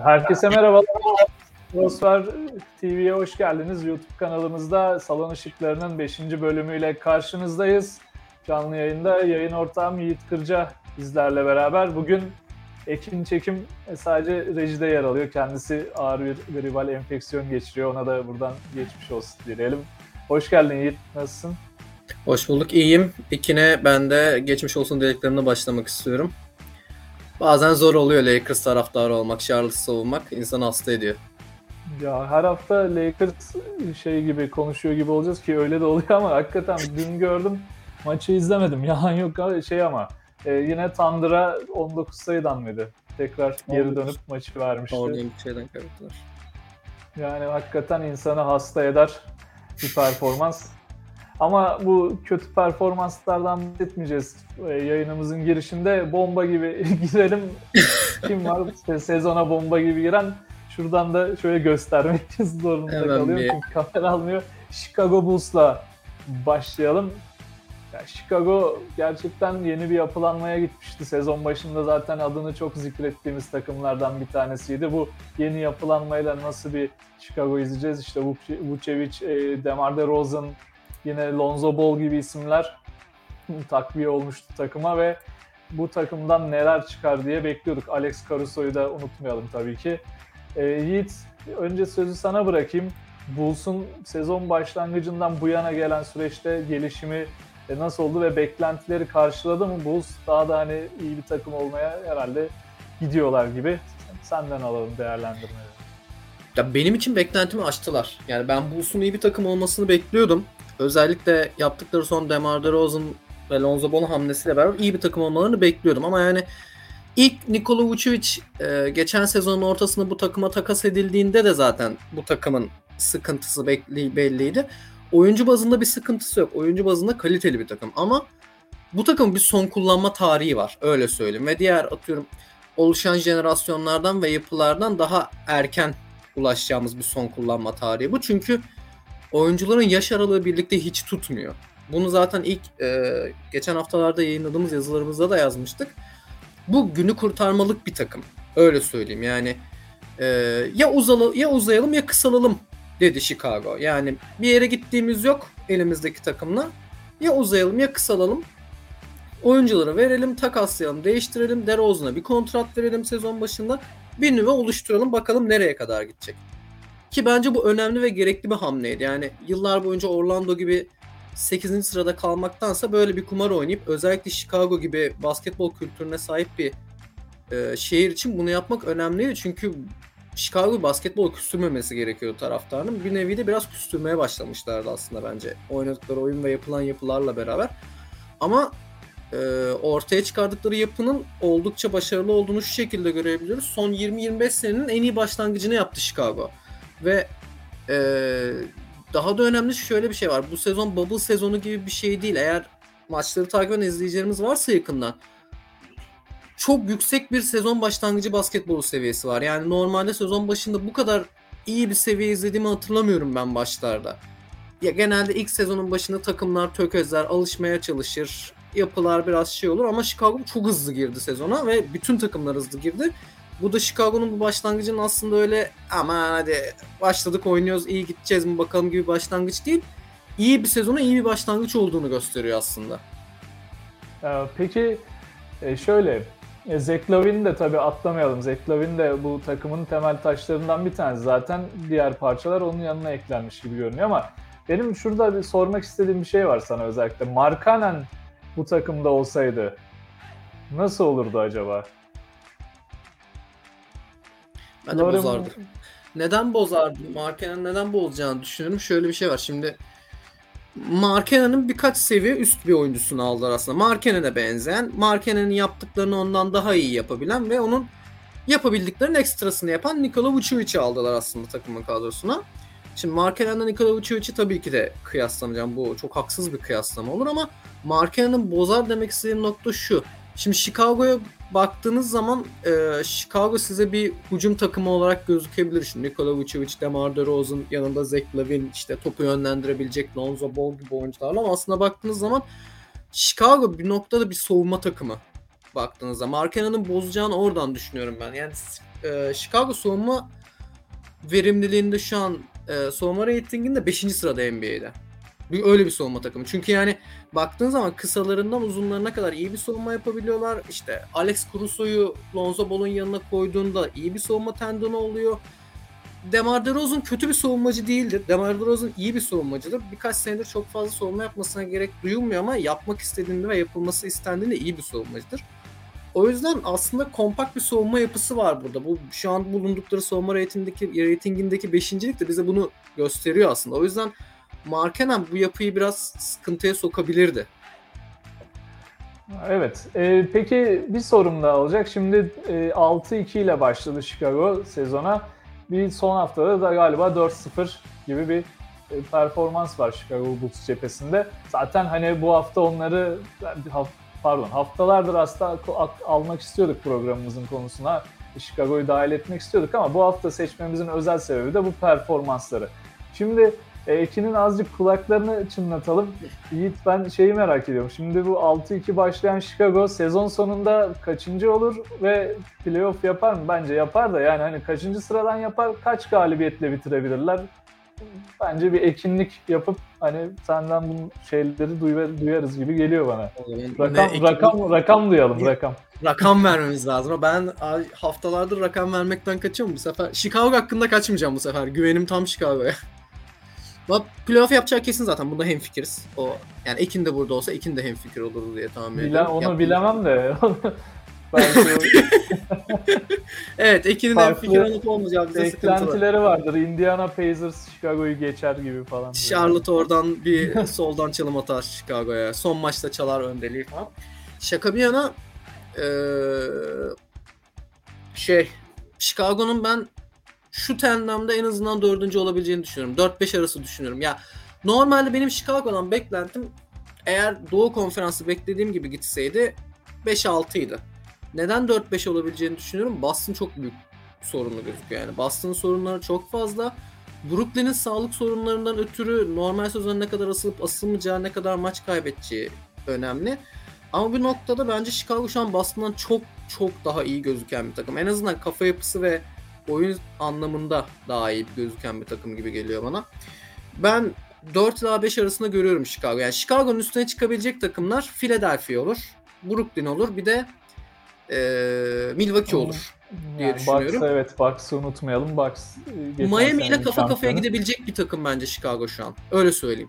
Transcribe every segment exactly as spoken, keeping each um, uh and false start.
Herkese merhabalar. Prosper T V'ye hoş geldiniz. YouTube kanalımızda Salon Işıkları'nın beşinci bölümüyle karşınızdayız. Canlı yayında yayın ortağım Yiğit Kırca bizlerle beraber. Bugün Ekin Çekim sadece rejide yer alıyor. Kendisi ağır bir gribal enfeksiyon geçiriyor. Ona da buradan geçmiş olsun dileyelim. Hoş geldin Yiğit. Nasılsın? Hoş bulduk. İyiyim. İkine ben de geçmiş olsun dileklerimle başlamak istiyorum. Bazen zor oluyor Lakers taraftarı olmak, Charlotte'ı savunmak. İnsanı hasta ediyor. Ya her hafta Lakers şey gibi konuşuyor gibi olacağız ki öyle de oluyor ama hakikaten dün gördüm, maçı izlemedim. Yalan yok şey ama e, yine Thunder'a on dokuz sayıdan mıydı? Tekrar geri dönüp maçı vermişti. Orada bir şeyden kaybettiler. Yani hakikaten insanı hasta eder bir performans. Ama bu kötü performanslardan bahsetmeyeceğiz. E, yayınımızın girişinde bomba gibi girelim. Kim var Se- sezona bomba gibi giren? Şuradan da şöyle göstermek zorunda Hemen kalıyorum bir- çünkü kamera almıyor. Chicago Bulls'la başlayalım. Ya Chicago gerçekten yeni bir yapılanmaya gitmişti. Sezon başında zaten adını çok zikrettiğimiz takımlardan bir tanesiydi. Bu yeni yapılanmayla nasıl bir Chicago izleyeceğiz? İşte Vucevic, e, DeMar DeRozan, yine Lonzo Ball gibi isimler takviye olmuştu takıma ve bu takımdan neler çıkar diye bekliyorduk. Alex Caruso'yu da unutmayalım tabii ki. Ee, Yiğit, önce sözü sana bırakayım. Bulls'un sezon başlangıcından bu yana gelen süreçte gelişimi nasıl oldu ve beklentileri karşıladı mı? Bulls daha da hani iyi bir takım olmaya herhalde gidiyorlar gibi. Senden alalım değerlendirmeleri. Ya benim için beklentimi aştılar. Yani ben Bulls'un iyi bir takım olmasını bekliyordum. Özellikle yaptıkları son DeMar DeRozan ve Lonzo Ball hamlesiyle beraber iyi bir takım olmalarını bekliyordum. Ama yani ilk Nikola Vucevic e, geçen sezonun ortasında bu takıma takas edildiğinde de zaten bu takımın sıkıntısı belli, belliydi. Oyuncu bazında bir sıkıntısı yok. Oyuncu bazında kaliteli bir takım. Ama bu takımın bir son kullanma tarihi var. Öyle söyleyeyim. Ve diğer atıyorum oluşan jenerasyonlardan ve yapılardan daha erken ulaşacağımız bir son kullanma tarihi bu. Çünkü oyuncuların yaş aralığı birlikte hiç tutmuyor. Bunu zaten ilk e, geçen haftalarda yayınladığımız yazılarımızda da yazmıştık. Bu günü kurtarmalık bir takım. Öyle söyleyeyim. Yani e, ya uzalı, ya uzayalım ya kısalalım dedi Chicago. Yani bir yere gittiğimiz yok elimizdeki takımla. Ya uzayalım ya kısalalım. Oyuncuları verelim, takaslayalım, değiştirelim. DeRozan'a bir kontrat verelim sezon başında. Bir nüve oluşturalım, bakalım nereye kadar gidecek. Ki bence bu önemli ve gerekli bir hamleydi. Yani yıllar boyunca Orlando gibi sekizinci sırada kalmaktansa böyle bir kumar oynayıp özellikle Chicago gibi basketbol kültürüne sahip bir e, şehir için bunu yapmak önemliydi. Çünkü Chicago basketbol küstürmemesi gerekiyordu taraftarının. Bir nevi de biraz küstürmeye başlamışlardı aslında bence. Oynadıkları oyun ve yapılan yapılarla beraber. Ama e, ortaya çıkardıkları yapının oldukça başarılı olduğunu şu şekilde görebiliyoruz. Son yirmi yirmi beş senenin en iyi başlangıcını yaptı Chicago. Ve e, daha da önemli şöyle bir şey var. Bu sezon bubble sezonu gibi bir şey değil. Eğer maçları takip eden izleyicilerimiz varsa yakından, çok yüksek bir sezon başlangıcı basketbol seviyesi var. Yani normalde sezon başında bu kadar iyi bir seviye izlediğimi hatırlamıyorum ben başlarda. Ya genelde ilk sezonun başında takımlar tökezler, alışmaya çalışır, yapılar biraz şey olur ama Chicago çok hızlı girdi sezona ve bütün takımlar hızlı girdi. Bu da Chicago'nun bu başlangıcının aslında öyle aman hadi başladık oynuyoruz iyi gideceğiz mi bakalım gibi başlangıç değil. İyi bir sezona iyi bir başlangıç olduğunu gösteriyor aslında. Ee, peki e, şöyle, e, Zach LaVine'i de tabii atlamayalım. Zach LaVine de bu takımın temel taşlarından bir tanesi. Zaten diğer parçalar onun yanına eklenmiş gibi görünüyor ama benim şurada bir sormak istediğim bir şey var sana özellikle. Markkanen bu takımda olsaydı nasıl olurdu acaba? Ben de Lauren- bozardı. Neden bozardı? Markkanen'in neden bozacağını düşünüyorum. Şöyle bir şey var. Şimdi Markkanen'in birkaç seviye üst bir oyuncusunu aldılar aslında. Markkanen'e benzeyen, Markkanen'in yaptıklarını ondan daha iyi yapabilen ve onun yapabildiklerinin ekstrasını yapan Nikola Vucevic'i aldılar aslında takımın kadrosuna. Şimdi Markkanen'le Nikola Vucevic'i tabii ki de kıyaslamayacağım. Bu çok haksız bir kıyaslama olur ama Markkanen'in bozar demek istediğim nokta şu. Şimdi Chicago'ya baktığınız zaman e, Chicago size bir hücum takımı olarak gözükebilir. Şimdi Nikola Vucevic, DeMar DeRozan, yanında Zach LaVine, işte topu yönlendirebilecek Lonzo Ball gibi oyuncularla ama aslında baktığınız zaman Chicago bir noktada bir savunma takımı baktığınızda. Markkanen'in bozacağını oradan düşünüyorum ben. Yani e, Chicago savunma verimliliğinde şu an e, savunma reytinginde beşinci sırada N B A'de. Bir, öyle bir savunma takımı. Çünkü yani baktığın zaman kısalarından uzunlarına kadar iyi bir savunma yapabiliyorlar. İşte Alex Caruso'yu Lonzo Ball'un yanına koyduğunda iyi bir savunma tendonu oluyor. DeMar DeRozan kötü bir savunmacı değildir. DeMar DeRozan iyi bir savunmacıdır. Birkaç senedir çok fazla savunma yapmasına gerek duyulmuyor ama yapmak istediğinde ve yapılması istendiğinde iyi bir savunmacıdır. O yüzden aslında kompakt bir savunma yapısı var burada. Bu şu an bulundukları savunma reytingindeki, reytingindeki beşincilik de bize bunu gösteriyor aslında. O yüzden Markkanen bu yapıyı biraz sıkıntıya sokabilirdi. Evet. E, peki bir sorum daha olacak. Şimdi e, altı iki ile başladı Chicago sezona. Bir son haftada da galiba dört sıfır gibi bir e, performans var Chicago Bulls cephesinde. Zaten hani bu hafta onları pardon haftalardır aslında almak istiyorduk programımızın konusuna. Chicago'yu dahil etmek istiyorduk ama bu hafta seçmemizin özel sebebi de bu performansları. Şimdi Ekin'in azıcık kulaklarını çınlatalım. Yiğit, ben şeyi merak ediyorum. Şimdi bu altı iki başlayan Chicago sezon sonunda kaçıncı olur ve playoff yapar mı? Bence yapar da yani hani kaçıncı sıradan yapar, kaç galibiyetle bitirebilirler? Bence bir ekinlik yapıp hani senden bu şeyleri duyarız gibi geliyor bana. Rakam ekin... rakam rakam duyalım, rakam. Rakam vermemiz lazım. Ben haftalardır rakam vermekten kaçıyorum bu sefer. Chicago hakkında kaçmayacağım bu sefer. Güvenim tam Chicago'ya. Playoff yapacağı kesin zaten. Bunda hemfikiriz. O yani Ekin de burada olsa Ekin de hemfikir olur diye tahmin Bilen, ediyorum. onu Yaptığım bilemem de. Evet, Ekin'in hemfikir olup olmayacağı bize beklentileri vardır. Indiana Pacers Chicago'yu geçer gibi falan. Charlotte oradan bir soldan çalım atar Chicago'ya. Son maçta çalar öndeliği falan. Şaka bir yana ee, şey Chicago'nun ben şu tandemde en azından dördüncü olabileceğini düşünüyorum. dört beş arası düşünüyorum. Ya normalde benim Chicago'dan beklentim eğer Doğu Konferansı beklediğim gibi gitseydi beş altıydı. Neden dört beş olabileceğini düşünüyorum. Boston çok büyük sorunlu gözüküyor yani. Boston'ın sorunları çok fazla. Brooklyn'in sağlık sorunlarından ötürü normal sezon ne kadar asılıp asılmayacağı, ne kadar maç kaybedeceği önemli. Ama bir noktada bence Chicago şu an Boston'dan çok çok daha iyi gözüken bir takım. En azından kafa yapısı ve oyun anlamında daha iyi gözüken bir takım gibi geliyor bana. Ben dört ila beş arasında görüyorum Chicago. Yani Chicago'nun üstüne çıkabilecek takımlar Philadelphia olur, Brooklyn olur, bir de ee, Milwaukee olur diye yani düşünüyorum. Bucks, evet, Bucks'ı unutmayalım. Bucks Miami ile kafa şampiyonu. Kafaya gidebilecek bir takım bence Chicago şu an. Öyle söyleyeyim.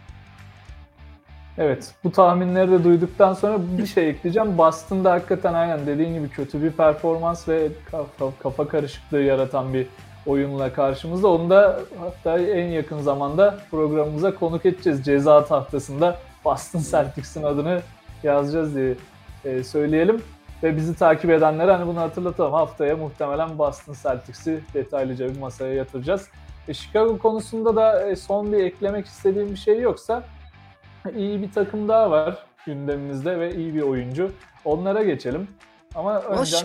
Evet, bu tahminleri de duyduktan sonra bir şey ekleyeceğim. Boston'da hakikaten aynen dediğin gibi kötü bir performans ve kafa, kafa karışıklığı yaratan bir oyunla karşımızda. Onu da hatta en yakın zamanda programımıza konuk edeceğiz. Ceza tahtasında Boston Celtics'in adını yazacağız diye e, söyleyelim. Ve bizi takip edenlere hani bunu hatırlatalım. Haftaya muhtemelen Boston Celtics'i detaylıca bir masaya yatıracağız. E, Chicago konusunda da e, son bir eklemek istediğim bir şey yoksa iyi bir takım daha var gündemimizde ve iyi bir oyuncu. Onlara geçelim. Ama önceden...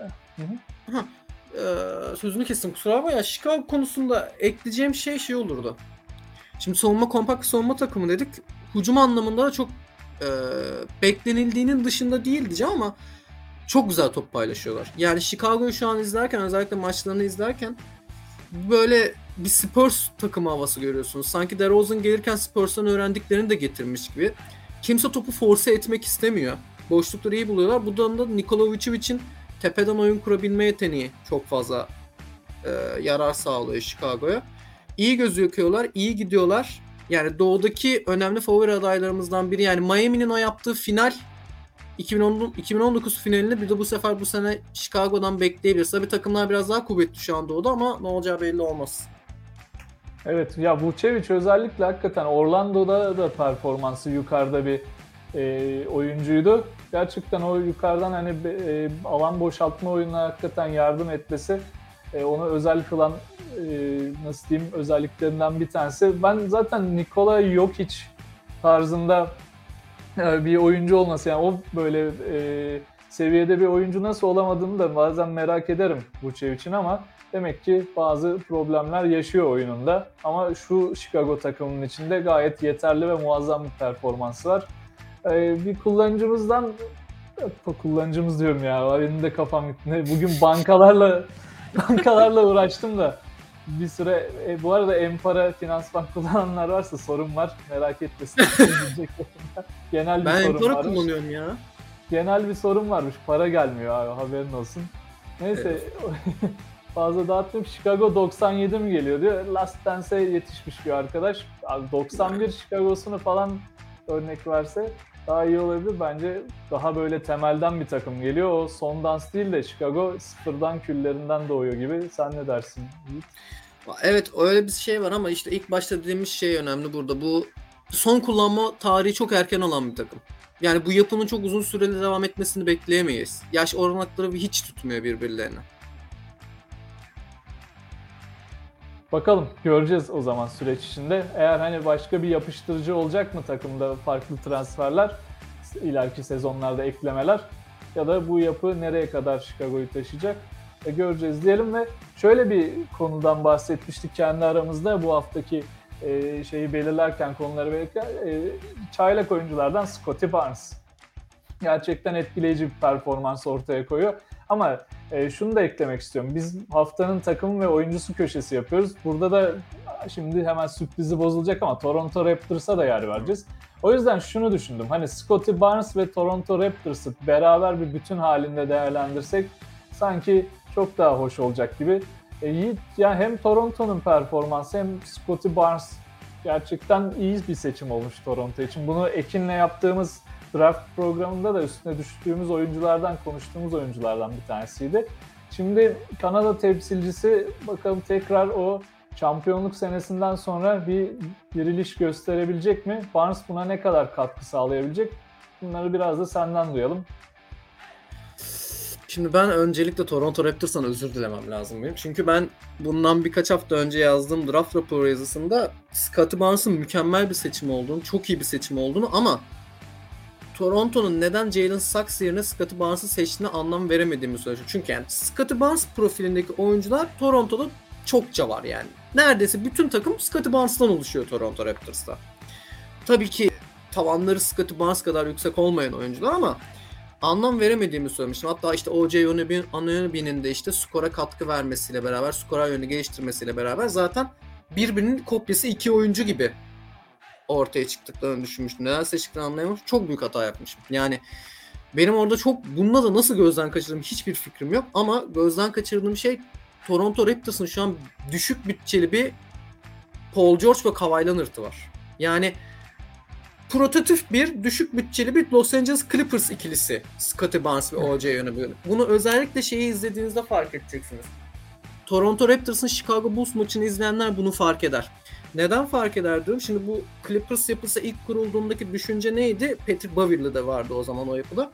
Ee, sözünü kestim, kusura bakma ya. Chicago konusunda ekleyeceğim şey şey olurdu. Şimdi savunma, kompakt bir savunma takımı dedik. Hücum anlamında da çok e, beklenildiğinin dışında değil diyeceğim ama çok güzel top paylaşıyorlar. Yani Chicago'yu şu an izlerken, özellikle maçlarını izlerken böyle bir Spurs takımı havası görüyorsunuz. Sanki DeRozan gelirken Spurs'tan öğrendiklerini de getirmiş gibi. Kimse topu force etmek istemiyor. Boşlukları iyi buluyorlar. Bu da Nikola Vucevic'in tepeden oyun kurabilme yeteneği çok fazla e, yarar sağlıyor Chicago'ya. İyi gözüküyorlar, iyi gidiyorlar. Yani doğudaki önemli favori adaylarımızdan biri. Yani Miami'nin o yaptığı final iki bin on, iki bin on dokuz finalini bir de bu sefer bu sene Chicago'dan bekleyebiliriz. Tabii takımlar biraz daha kuvvetli şu an doğuda ama ne olacağı belli olmaz. Evet ya, Vucevic özellikle hakikaten Orlando'da da performansı yukarıda bir e, oyuncuydu. Gerçekten o yukarıdan hani e, alan boşaltma oyununa hakikaten yardım etmesi e, onu özel kılan e, nasıl diyeyim özelliklerinden bir tanesi. Ben zaten Nikola Jokic tarzında e, bir oyuncu olması, yani o böyle e, seviyede bir oyuncu nasıl olamadığını da bazen merak ederim Vucevic'in ama demek ki bazı problemler yaşıyor oyununda. Ama şu Chicago takımının içinde gayet yeterli ve muazzam bir performansı var. Ee, bir kullanıcımızdan, kullanıcımız diyorum ya, benim de kafam gitti. Bugün bankalarla bankalarla uğraştım da bir süre. E, bu arada Empara Finansbank kullananlar varsa sorun var. Merak etmesin. Genel bir Ben sorun Empara varmış. kullanıyorum ya. Genel bir sorun varmış. Para gelmiyor abi, haberin olsun. Neyse evet. Fazla dağıttım. Chicago doksan yedi mi geliyor diyor. Last Dance'e yetişmiş bir arkadaş. Abi doksan bir Chicago'sunu falan örnek verse daha iyi olabilir. Bence daha böyle temelden bir takım geliyor. O son dans değil de Chicago sıfırdan küllerinden doğuyor gibi. Sen ne dersin Yiğit? Evet, öyle bir şey var ama işte ilk başta dediğimiz şey önemli burada. Bu son kullanma tarihi çok erken olan bir takım. Yani bu yapının çok uzun süreli devam etmesini bekleyemeyiz. Yaş oranakları hiç tutmuyor birbirlerine. Bakalım, göreceğiz o zaman süreç içinde. Eğer hani başka bir yapıştırıcı olacak mı takımda, farklı transferler, ileriki sezonlarda eklemeler ya da bu yapı nereye kadar Chicago'yu taşıyacak e, göreceğiz diyelim. Ve şöyle bir konudan bahsetmiştik kendi aramızda bu haftaki e, şeyi belirlerken, konuları belirlerken, e, çaylak oyunculardan Scottie Barnes gerçekten etkileyici bir performans ortaya koyuyor. Ama e, şunu da eklemek istiyorum. Biz haftanın takım ve oyuncusu köşesi yapıyoruz. Burada da şimdi hemen sürprizi bozulacak ama Toronto Raptors'a da yer vereceğiz. O yüzden şunu düşündüm. Hani Scottie Barnes ve Toronto Raptors'ı beraber bir bütün halinde değerlendirsek sanki çok daha hoş olacak gibi. E, Yiğit, yani hem Toronto'nun performansı hem Scottie Barnes gerçekten iyi bir seçim olmuş Toronto için. Bunu Ekin'le yaptığımız draft programında da üstüne düştüğümüz oyunculardan, konuştuğumuz oyunculardan bir tanesiydi. Şimdi Kanada temsilcisi bakalım tekrar o şampiyonluk senesinden sonra bir diriliş gösterebilecek mi? Barnes buna ne kadar katkı sağlayabilecek? Bunları biraz da senden duyalım. Şimdi ben öncelikle Toronto Raptors'tan özür dilemem lazım benim. Çünkü ben bundan birkaç hafta önce yazdığım draft raporu yazısında Scottie Barnes'ın mükemmel bir seçim olduğunu, çok iyi bir seçim olduğunu ama Toronto'nun neden Jalen Suggs yerine Scottie Barnes'ı seçtiğine anlam veremediğimi söylüyorum. Çünkü yani Scottie Barnes profilindeki oyuncular Toronto'da çokça var yani. Neredeyse bütün takım Scottie Barnes'tan oluşuyor Toronto Raptors'ta. Tabii ki tavanları Scottie Barnes kadar yüksek olmayan oyuncular ama anlam veremediğimi söylemiştim. Hatta işte O J Anunoby'nin de işte skora katkı vermesiyle beraber, skora yönünü geliştirmesiyle beraber zaten birbirinin kopyası iki oyuncu gibi ortaya çıktıklarını düşünmüştüm. Neden seçtiklerini anlayamamış. Çok büyük hata yapmışım. Yani benim orada çok bununla da nasıl gözden kaçırdığım hiçbir fikrim yok. Ama gözden kaçırdığım şey Toronto Raptors'ın şu an düşük bütçeli bir Paul George ve Kawhi Leonard'ı var. Yani prototip bir düşük bütçeli bir Los Angeles Clippers ikilisi Scottie Barnes ve O J Anunoby. Bunu özellikle şeyi izlediğinizde fark edeceksiniz. Toronto Raptors'ın Chicago Bulls maçını izleyenler bunu fark eder. Neden fark eder diyorum. Şimdi bu Clippers yapısı ilk kurulduğundaki düşünce neydi? Patrick Beverley de vardı o zaman o yapıda.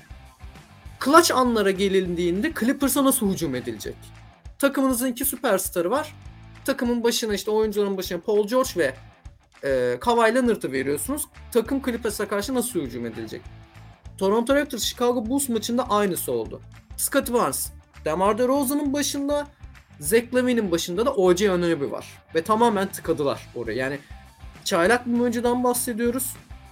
Clutch anlara gelindiğinde Clippers'a nasıl hücum edilecek? Takımınızın iki süperstarı var. Takımın başına işte oyuncuların başına Paul George ve e, Kawhi Leonard'ı veriyorsunuz. Takım Clippers'a karşı nasıl hücum edilecek? Toronto Raptors Chicago Bulls maçında aynısı oldu. Scottie Barnes, DeMar DeRozan'ın başında, Zach LaVine'in başında da O J Anunoby var. Ve tamamen tıkadılar oraya. Yani çaylak bir oyuncudan bahsediyoruz.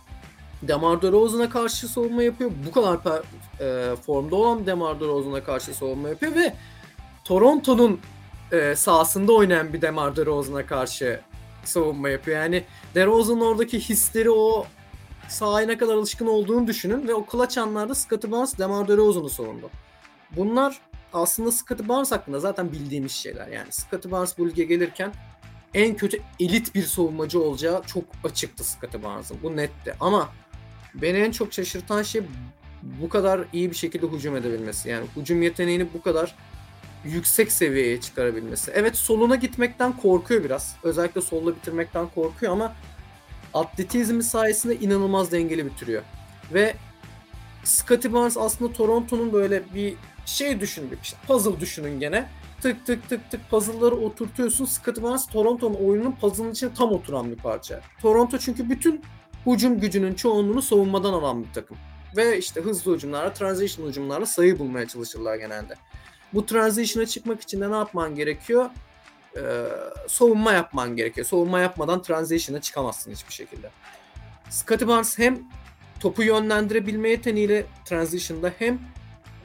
DeMar DeRozan'a karşı savunma yapıyor. Bu kadar per, e, formda olan DeMar DeRozan'a karşı savunma yapıyor ve Toronto'nun e, sahasında oynayan bir DeMar DeRozan'a karşı savunma yapıyor. Yani DeRozan'ın oradaki hisleri, o sahaya ne kadar alışkın olduğunu düşünün ve o clutch anlarda Scottie Barnes DeMar DeRozan'ı savundu. Bunlar aslında Scottie Barnes hakkında zaten bildiğimiz şeyler. Yani Scottie Barnes bu lige gelirken en kötü elit bir savunmacı olacağı çok açıktı Scottie Barnes'ın. Bu netti. Ama beni en çok şaşırtan şey bu kadar iyi bir şekilde hücum edebilmesi. Yani hücum yeteneğini bu kadar yüksek seviyeye çıkarabilmesi. Evet, soluna gitmekten korkuyor biraz. Özellikle solla bitirmekten korkuyor ama atletizmi sayesinde inanılmaz dengeli bitiriyor. Ve Scottie Barnes aslında Toronto'nun böyle bir şey düşünün, işte puzzle düşünün gene. Tık tık tık tık puzzle'ları oturtuyorsun. Scottie Barnes Toronto'nun oyununun puzzle'ın içine tam oturan bir parça. Toronto çünkü bütün hücum gücünün çoğunluğunu savunmadan alan bir takım. Ve işte hızlı hücumlarla, transition hücumlarla sayı bulmaya çalışırlar genelde. Bu transition'a çıkmak için de ne yapman gerekiyor? Ee, savunma yapman gerekiyor. Savunma yapmadan transition'a çıkamazsın hiçbir şekilde. Scottie Barnes hem topu yönlendirebilme yeteneğiyle transition'da hem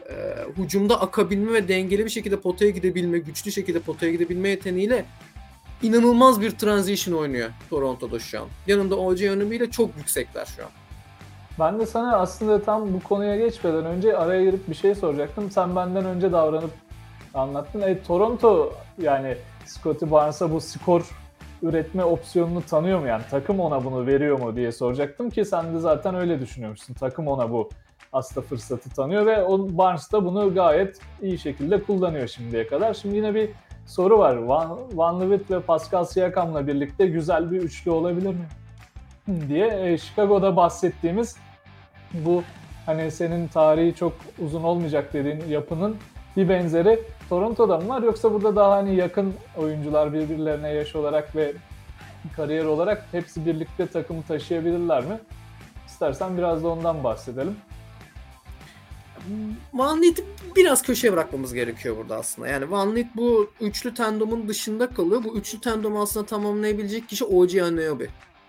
e, hücumda akabilme ve dengeli bir şekilde potaya gidebilme, güçlü şekilde potaya gidebilme yeteneğiyle inanılmaz bir transition oynuyor Toronto'da şu an. Yanında O G Anunoby ile çok yüksekler şu an. Ben de sana aslında tam bu konuya geçmeden önce araya girip bir şey soracaktım. Sen benden önce davranıp anlattın. E, Toronto yani Scotty Barnes'a bu skor üretme opsiyonunu tanıyor mu yani? Takım ona bunu veriyor mu diye soracaktım ki sen de zaten öyle düşünüyormuşsun. Takım ona bu aslında fırsatı tanıyor ve o Barnes da bunu gayet iyi şekilde kullanıyor şimdiye kadar. Şimdi yine bir soru var. Van, Van Lewis ve Pascal Siakam'la birlikte güzel bir üçlü olabilir mi? diye e, Chicago'da bahsettiğimiz bu hani senin tarihi çok uzun olmayacak dediğin yapının bir benzeri Toronto'da mı var yoksa burada daha hani yakın oyuncular birbirlerine yaş olarak ve kariyer olarak hepsi birlikte takımı taşıyabilirler mi? İstersen biraz da ondan bahsedelim. Van Vliet'i biraz köşeye bırakmamız gerekiyor burada aslında. Yani Van Vliet bu üçlü tandomun dışında kalıyor. Bu üçlü tandomu aslında tamamlayabilecek kişi O G Anunoby.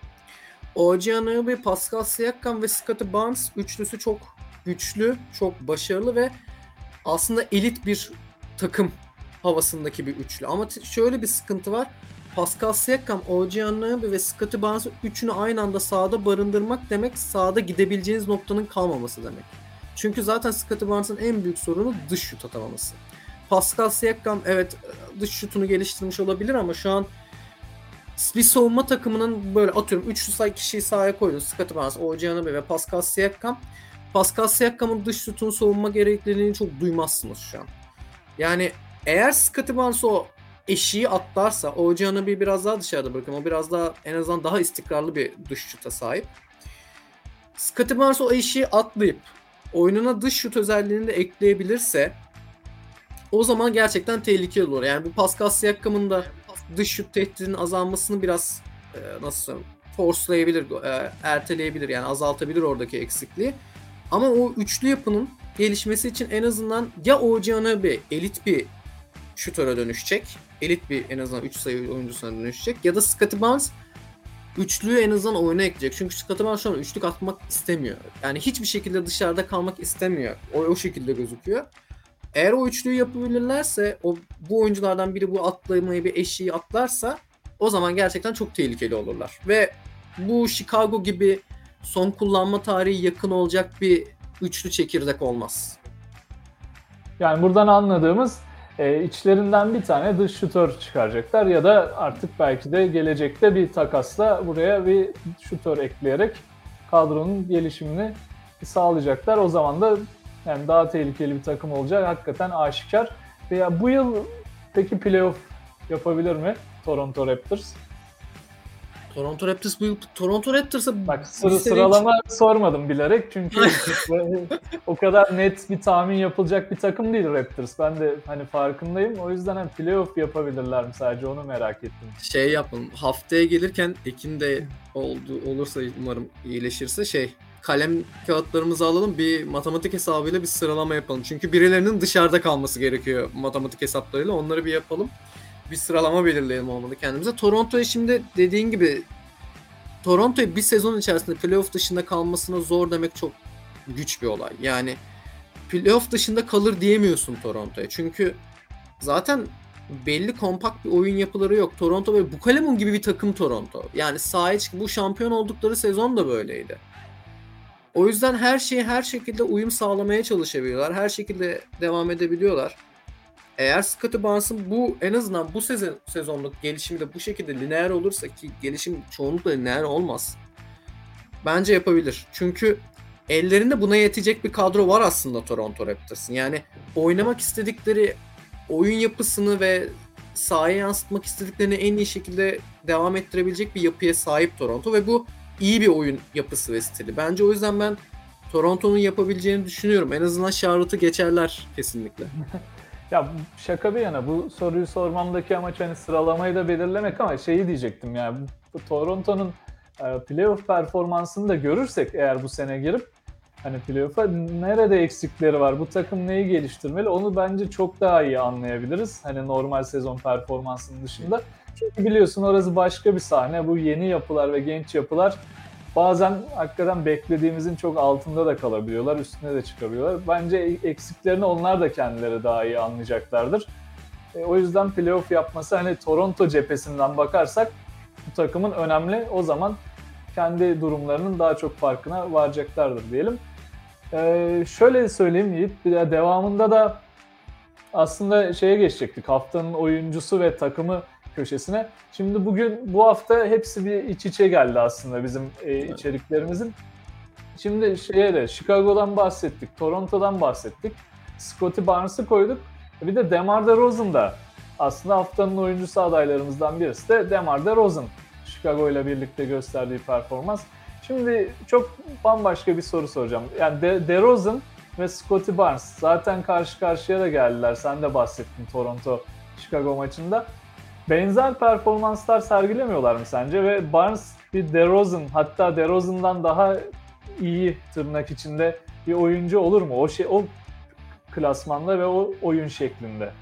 O G Anunoby, Pascal Siakam ve Scotty Barnes üçlüsü çok güçlü, çok başarılı ve aslında elit bir takım havasındaki bir üçlü. Ama t- şöyle bir sıkıntı var. Pascal Siakam, O G Anunoby ve Scotty Barnes üçünü aynı anda sahada barındırmak demek sahada gidebileceğiniz noktanın kalmaması demek. Çünkü zaten Scotty Barnes'ın en büyük sorunu dış şut atamaması. Pascal Siakam evet dış şutunu geliştirmiş olabilir ama şu an bir savunma takımının böyle atıyorum üçlü say kişiyi sahaya koydu. Scotty Barnes, O G Anunoby ve Pascal Siakam. Pascal Siakam'ın dış şutunu savunma gerekliliğini çok duymazsınız şu an. Yani eğer Scotty Barnes o eşiği atlarsa O G Anunoby'yi biraz daha dışarıda bırakın. O biraz daha en azından daha istikrarlı bir dış şuta sahip. Scotty Barnes o eşiği atlayıp oyununa dış şut özelliğini de ekleyebilirse o zaman gerçekten tehlikeli olur. Yani bu Pascal Siakam'ın da dış şut tehdidinin azalmasını biraz e, nasıl söyleyeyim forcelayabilir, e, erteleyebilir yani azaltabilir oradaki eksikliği. Ama o üçlü yapının gelişmesi için en azından ya O G Anunoby elit bir şutöre dönüşecek, elit bir en azından üç sayı oyuncusuna dönüşecek ya da Scotty Barnes üçlüyü en azından oyuna ekleyecek. Çünkü Scotty Barnes şu an üçlük atmak istemiyor. Yani hiçbir şekilde dışarıda kalmak istemiyor. O, o şekilde gözüküyor. Eğer o üçlüyü yapabilirlerse, o bu oyunculardan biri bu atlamayı bir eşiği atlarsa o zaman gerçekten çok tehlikeli olurlar. Ve bu Chicago gibi son kullanma tarihi yakın olacak bir üçlü çekirdek olmaz. Yani buradan anladığımız e, içlerinden bir tane dış şutör çıkaracaklar ya da artık belki de gelecekte bir takasla buraya bir şutör ekleyerek kadronun gelişimini sağlayacaklar. O zaman da yani daha tehlikeli bir takım olacak hakikaten aşikar. Veya bu yıl peki playoff yapabilir mi Toronto Raptors? Toronto Raptors bu yıl Toronto Raptors'a Bak sıra sıralama hiç... sormadım bilerek çünkü o kadar net bir tahmin yapılacak bir takım değil Raptors. Ben de hani farkındayım. O yüzden hani playoff yapabilirler mi sadece onu merak ettim. Şey yapalım. Haftaya gelirken Ekim'de oldu olursa umarım iyileşirse şey kalem kağıtlarımızı alalım bir matematik hesabıyla bir sıralama yapalım. Çünkü birilerinin dışarıda kalması gerekiyor matematik hesaplarıyla. Onları bir yapalım. Bir sıralama belirleyelim olmalı kendimize. Toronto'ya şimdi dediğin gibi Toronto'ya bir sezon içerisinde playoff dışında kalmasına zor demek çok güç bir olay. Yani playoff dışında kalır diyemiyorsun Toronto'ya. Çünkü zaten belli kompakt bir oyun yapıları yok. Toronto ve Bukalemun gibi bir takım Toronto. Yani sahaya çık bu şampiyon oldukları sezon da böyleydi. O yüzden her şeyi her şekilde uyum sağlamaya çalışabiliyorlar. Her şekilde devam edebiliyorlar. Eğer Scotty Barnes'ın bu en azından bu sezon, sezonluk gelişimi de bu şekilde lineer olursa ki gelişim çoğunlukla lineer olmaz. Bence yapabilir. Çünkü ellerinde buna yetecek bir kadro var aslında Toronto Raptors'ın. Yani oynamak istedikleri oyun yapısını ve sahaya yansıtmak istediklerini en iyi şekilde devam ettirebilecek bir yapıya sahip Toronto ve bu iyi bir oyun yapısı ve stili. Bence o yüzden ben Toronto'nun yapabileceğini düşünüyorum. En azından Charlotte'ı geçerler kesinlikle. Ya şaka bir yana bu soruyu sormamdaki amaç hani sıralamayı da belirlemek ama şeyi diyecektim yani bu Toronto'nun playoff performansını da görürsek eğer bu sene girip hani playoff'a nerede eksikleri var, bu takım neyi geliştirmeli onu bence çok daha iyi anlayabiliriz. Hani normal sezon performansının dışında. Çünkü biliyorsun orası başka bir sahne. Bu yeni yapılar ve genç yapılar bazen hakikaten beklediğimizin çok altında da kalabiliyorlar, üstüne de çıkabiliyorlar. Bence eksiklerini onlar da kendileri daha iyi anlayacaklardır. E, o yüzden playoff yapması, hani Toronto cephesinden bakarsak bu takımın önemli. O zaman kendi durumlarının daha çok farkına varacaklardır diyelim. E, şöyle söyleyeyim Yiğit, devamında da aslında şeye geçecektik, haftanın oyuncusu ve takımı köşesine. Şimdi bugün, bu hafta hepsi bir iç içe geldi aslında bizim e, içeriklerimizin. Şimdi şeye de Chicago'dan bahsettik, Toronto'dan bahsettik. Scottie Barnes'ı koyduk. Bir de DeMar DeRozan da aslında haftanın oyuncusu adaylarımızdan birisi de DeMar DeRozan. Chicago ile birlikte gösterdiği performans. Şimdi çok bambaşka bir soru soracağım. Yani De- DeRozan ve Scottie Barnes zaten karşı karşıya da geldiler. Sen de bahsettin Toronto Chicago maçında. Benzer performanslar sergilemiyorlar mı sence? Ve Barnes bir DeRozan, hatta DeRozan'dan daha iyi tırnak içinde bir oyuncu olur mu? O şey, o klasmanda ve o oyun şeklinde.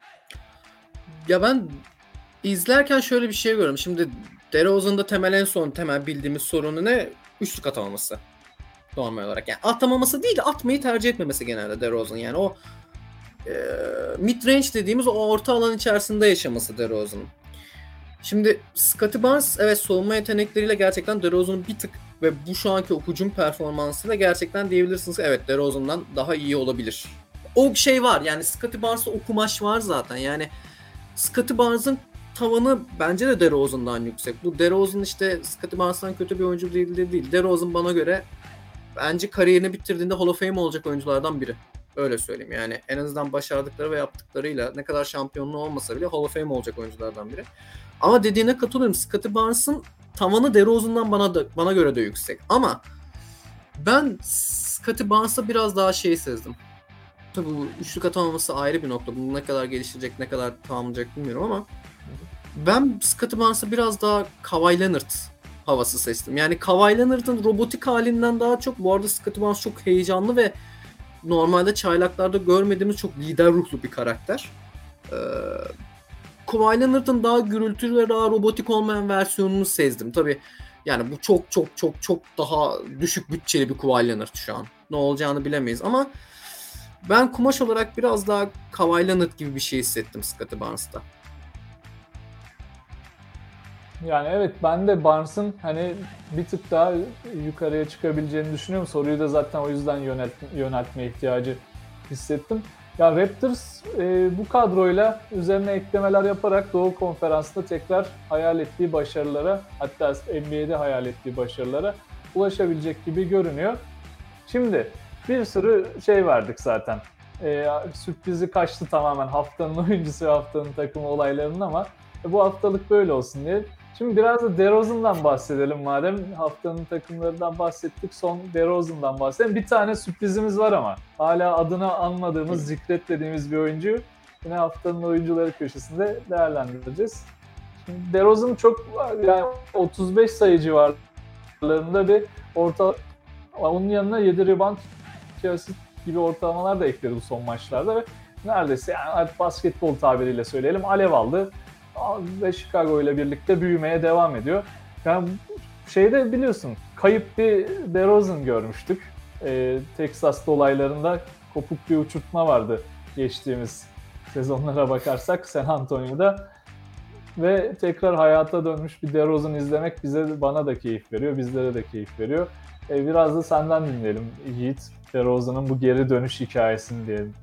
Ya ben izlerken şöyle bir şey görüyorum. Şimdi DeRozan'da temel en son temel bildiğimiz sorunu ne? Üçlük atamaması. Normal olarak. Yani atamaması değil de atmayı tercih etmemesi genelde DeRozan. Yani o e, mid range dediğimiz o orta alan içerisinde yaşaması DeRozan'ın. Şimdi Scottie Barnes evet savunma yetenekleriyle gerçekten DeRozan'ın bir tık ve bu şu anki o hücum performansıyla gerçekten diyebilirsiniz ki evet DeRozan'dan daha iyi olabilir. O şey var yani Scottie Barnes'ta o kumaş var zaten. Yani Scottie Barnes'ın tavanı bence de DeRozan'dan yüksek. Bu DeRozan işte Scottie Barnes'tan kötü bir oyuncu değil de değil. DeRozan bana göre bence kariyerini bitirdiğinde Hall of Fame olacak oyunculardan biri. Öyle söyleyeyim yani en azından başardıkları ve yaptıklarıyla ne kadar şampiyonluğu olmasa bile Hall of Fame olacak oyunculardan biri. Ama dediğine katılıyorum. Scottie Barnes'ın tavanı DeRozan'dan bana da bana göre de yüksek. Ama ben Scottie Barnes'a biraz daha şey sezdim. Tabii bu üçlük atamaması ayrı bir nokta. Bunu ne kadar geliştirecek, ne kadar tamamlayacak bilmiyorum ama ben Scottie Barnes'a biraz daha Kawhi Leonard havası seçtim. Yani Kawhi Leonard'ın robotik halinden daha çok, bu arada Scottie Barnes çok heyecanlı ve normalde çaylaklarda görmediğimiz çok lider ruhlu bir karakter. Ee, Kawhi Leonard'ın daha gürültülü ve daha robotik olmayan versiyonunu sezdim. Tabii yani bu çok çok çok çok daha düşük bütçeli bir Kawhi Leonard şu an. Ne olacağını bilemeyiz ama ben kumaş olarak biraz daha Kawhi Leonard gibi bir şey hissettim Scottie Barnes'ta. Yani evet, ben de Barnes'ın hani bir tık daha yukarıya çıkabileceğini düşünüyorum. Soruyu da zaten o yüzden yönelt, yöneltme ihtiyacı hissettim. Ya Raptors e, bu kadroyla üzerine eklemeler yaparak Doğu Konferansı'nda tekrar hayal ettiği başarılara, hatta N B A'de hayal ettiği başarılara ulaşabilecek gibi görünüyor. Şimdi bir sürü şey verdik zaten. E, sürprizi kaçtı tamamen haftanın oyuncusu ve haftanın takımı olaylarının, ama e, bu haftalık böyle olsun diye. Şimdi biraz da DeRozan'dan bahsedelim madem. Haftanın takımlarından bahsettik. Son DeRozan'dan bahsedelim. Bir tane sürprizimiz var ama. Hala adını anmadığımız, zikretmediğimiz bir oyuncu. Yine haftanın oyuncuları köşesinde değerlendireceğiz. Şimdi DeRozan çok, yani otuz beş sayı civarlarında bir orta, onun yanına yedi rebound, iki asist gibi ortalamalar da ekledi bu son maçlarda ve neredeyse, yani basketbol tabiriyle söyleyelim, alev aldı ve Chicago ile birlikte büyümeye devam ediyor. Yani şeyde biliyorsun, kayıp bir DeRozan görmüştük. Ee, Texas olaylarında kopuk bir uçurtma vardı geçtiğimiz sezonlara bakarsak San Antonio'da. Ve tekrar hayata dönmüş bir DeRozan izlemek bize, bana da keyif veriyor, bizlere de keyif veriyor. Ee, biraz da senden dinleyelim Yiğit, DeRozan'ın bu geri dönüş hikayesini diyelim.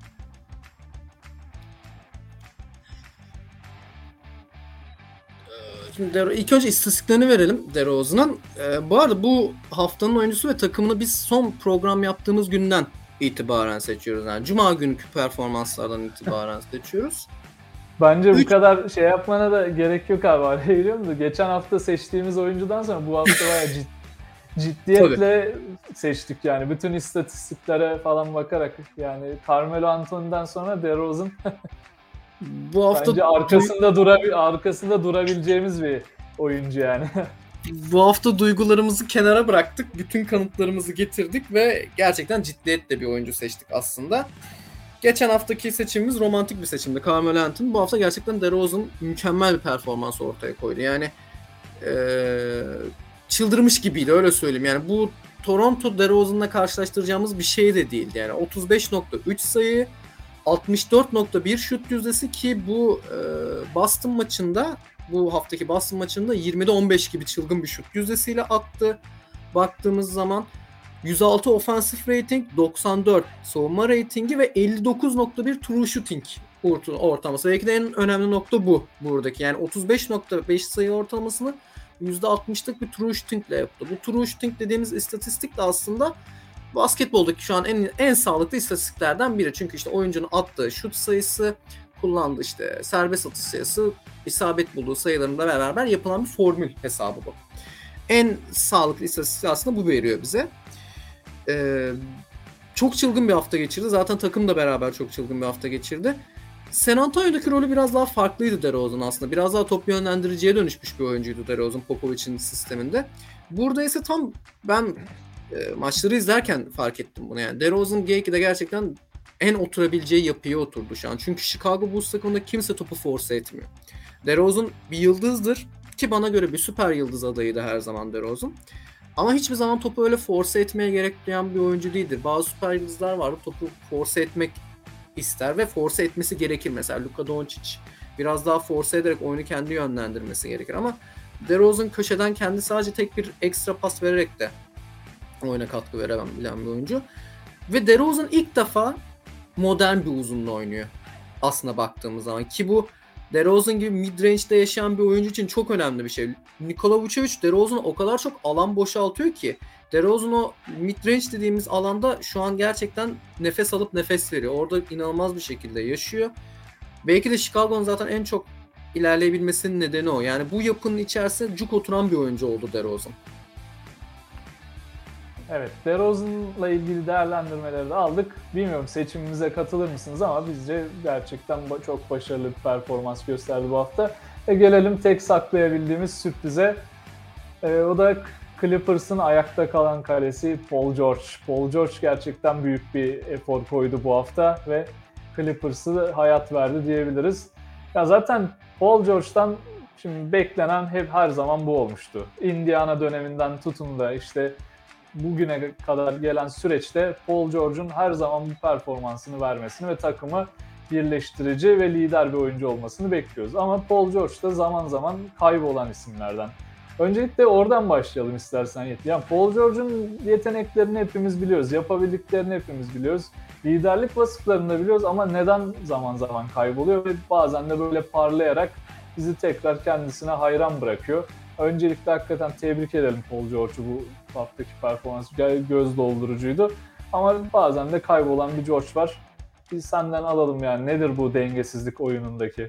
Şimdi ilk önce istatistiklerini verelim DeRozan'ın. Ee, bu arada bu haftanın oyuncusu ve takımını biz son program yaptığımız günden itibaren seçiyoruz. Yani Cuma günkü performanslardan itibaren seçiyoruz. Bence Üç... bu kadar şey yapmana da gerek yok abi. Araya giriyor musun? Geçen hafta seçtiğimiz oyuncudan sonra bu hafta bayağı cid, ciddiyetle seçtik yani. Bütün istatistiklere falan bakarak, yani Carmelo Anthony'den sonra DeRozan bu hafta bence arkasında durabil arkasında durabileceğimiz bir oyuncu yani. Bu hafta duygularımızı kenara bıraktık. Bütün kanıtlarımızı getirdik ve gerçekten ciddiyetle bir oyuncu seçtik aslında. Geçen haftaki seçimimiz romantik bir seçimdi. Carmelo Anthony. Bu hafta gerçekten DeRozan mükemmel bir performans ortaya koydu. Yani ee, çıldırmış gibiydi, öyle söyleyeyim. Yani bu Toronto DeRozan'la karşılaştıracağımız bir şey de değildi. Yani otuz beş nokta üç sayı, altmış dört nokta bir şut yüzdesi ki bu e, Boston maçında, bu haftaki Boston maçında yirmide on beş gibi çılgın bir şut yüzdesiyle attı. Baktığımız zaman yüz altı offensive rating, doksan dört savunma ratingi ve elli dokuz nokta bir true shooting ortalaması. Belki de en önemli nokta bu buradaki. Yani otuz beş nokta beş sayı ortalamasını yüzde altmışlık bir true shooting ile yaptı. Bu true shooting dediğimiz istatistik de aslında basketboldaki şu an en en sağlıklı istatistiklerden biri. Çünkü işte oyuncunun attığı şut sayısı, kullandığı işte serbest atış sayısı, isabet bulduğu sayılarıyla beraber yapılan bir formül hesabı bu. En sağlıklı istatistik aslında bu veriyor bize. Ee, çok çılgın bir hafta geçirdi. Zaten takım da beraber çok çılgın bir hafta geçirdi. San Antonio'daki rolü biraz daha farklıydı DeRozan aslında. Biraz daha top yönlendiriciye dönüşmüş bir oyuncuydu DeRozan Popovic'in sisteminde. Burada ise tam ben e, maçları izlerken fark ettim bunu. Yani DeRozan G ikide gerçekten en oturabileceği yapıya oturdu şu an. Çünkü Chicago Bulls takımında kimse topu force etmiyor. DeRozan bir yıldızdır ki bana göre bir süper yıldız adayıydı her zaman DeRozan. Ama hiçbir zaman topu öyle force etmeye gerek duyan bir oyuncu değildir. Bazı süper yıldızlar vardır, topu force etmek ister ve force etmesi gerekir. Mesela Luka Doncic biraz daha force ederek oyunu kendi yönlendirmesi gerekir. Ama DeRozan köşeden kendi sadece tek bir ekstra pas vererek de oyuna katkı verebilen bir oyuncu. Ve DeRozan ilk defa modern bir uzunla oynuyor aslında baktığımız zaman. Ki bu DeRozan gibi mid-range'de yaşayan bir oyuncu için çok önemli bir şey. Nikola Vucevic DeRozan'a o kadar çok alan boşaltıyor ki DeRozan o mid-range dediğimiz alanda şu an gerçekten nefes alıp nefes veriyor. Orada inanılmaz bir şekilde yaşıyor. Belki de Chicago'nun zaten en çok ilerleyebilmesinin nedeni o. Yani bu yapının içerisinde cuk oturan bir oyuncu oldu DeRozan. Evet, DeRozan'la ilgili değerlendirmeleri de aldık. Bilmiyorum seçimimize katılır mısınız ama bizce gerçekten çok başarılı bir performans gösterdi bu hafta. E gelelim tek saklayabildiğimiz sürprize. E, o da Clippers'ın ayakta kalan kalesi Paul George. Paul George gerçekten büyük bir efor koydu bu hafta ve Clippers'ı hayat verdi diyebiliriz. Ya zaten Paul George'dan şimdi beklenen hep her zaman bu olmuştu. Indiana döneminden tutun da işte bugüne kadar gelen süreçte Paul George'un her zaman bu performansını vermesini ve takımı birleştirici ve lider bir oyuncu olmasını bekliyoruz. Ama Paul George da zaman zaman kaybolan isimlerden. Öncelikle oradan başlayalım istersen Yiğit. Yani Paul George'un yeteneklerini hepimiz biliyoruz, yapabildiklerini hepimiz biliyoruz. Liderlik vasıflarını da biliyoruz ama neden zaman zaman kayboluyor ve bazen de böyle parlayarak bizi tekrar kendisine hayran bırakıyor. Öncelikle hakikaten tebrik edelim Paul George'u, bu haftaki performans göz doldurucuydu. Ama bazen de kaybolan bir George var. Biz senden alalım yani nedir bu dengesizlik oyunundaki?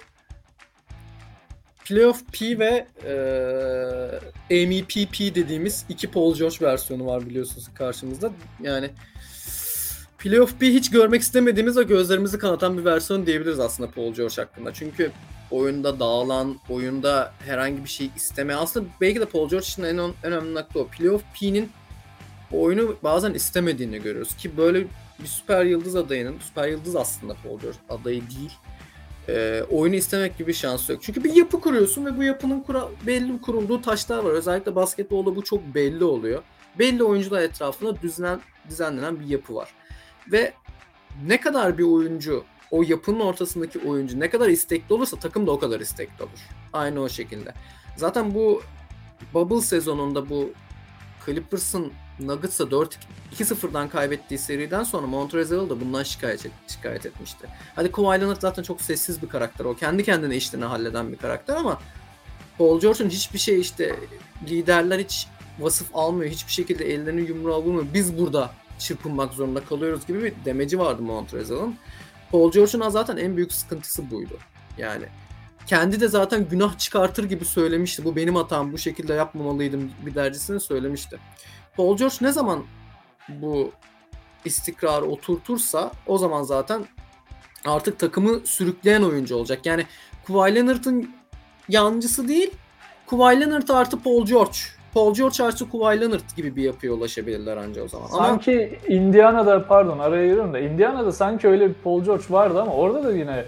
Playoff P ve e, M V P P dediğimiz iki Paul George versiyonu var biliyorsunuz karşımızda. Yani Playoff P hiç görmek istemediğimiz ve gözlerimizi kanatan bir versiyon diyebiliriz aslında Paul George hakkında. Çünkü oyunda dağılan, oyunda herhangi bir şey istemeyen, aslında belki de Paul George için en, en önemli nokta o. Playoff P'nin oyunu bazen istemediğini görüyoruz ki böyle bir süper yıldız adayının, süper yıldız aslında Paul George adayı değil, e, oyunu istemek gibi bir şansı yok. Çünkü bir yapı kuruyorsun ve bu yapının kura, belli kurulduğu taşlar var. Özellikle basketbolda bu çok belli oluyor. Belli oyuncular etrafında düzlen, düzenlenen bir yapı var. Ve ne kadar bir oyuncu, o yapının ortasındaki oyuncu ne kadar istekli olursa takım da o kadar istekli olur. Aynı o şekilde. Zaten bu Bubble sezonunda bu Clippers'ın Nuggets'a dört iki sıfırdan kaybettiği seriden sonra Montrezl da bundan şikayet, et, şikayet etmişti. Hadi Kawhi Leonard zaten çok sessiz bir karakter. O kendi kendine işlerini halleden bir karakter ama Paul George'un hiçbir şey işte liderler hiç vasıf almıyor. Hiçbir şekilde ellerini yumruğa vurmuyor. Biz burada çırpınmak zorunda kalıyoruz gibi bir demeci vardı Montrezl'ın. Paul George'un zaten en büyük sıkıntısı buydu. Yani kendi de zaten günah çıkartır gibi söylemişti. Bu benim hatam, bu şekilde yapmamalıydım bir dercesine söylemişti. Paul George ne zaman bu istikrarı oturtursa o zaman zaten artık takımı sürükleyen oyuncu olacak. Yani Kawhi Leonard'ın yancısı değil, Kawhi Leonard artı Paul George. Paul George artı Kawhi Leonard gibi bir yapıya ulaşabilirler anca o zaman. Sanki ama Indiana'da, pardon araya giriyorum da, Indiana'da sanki öyle bir Paul George vardı ama orada da yine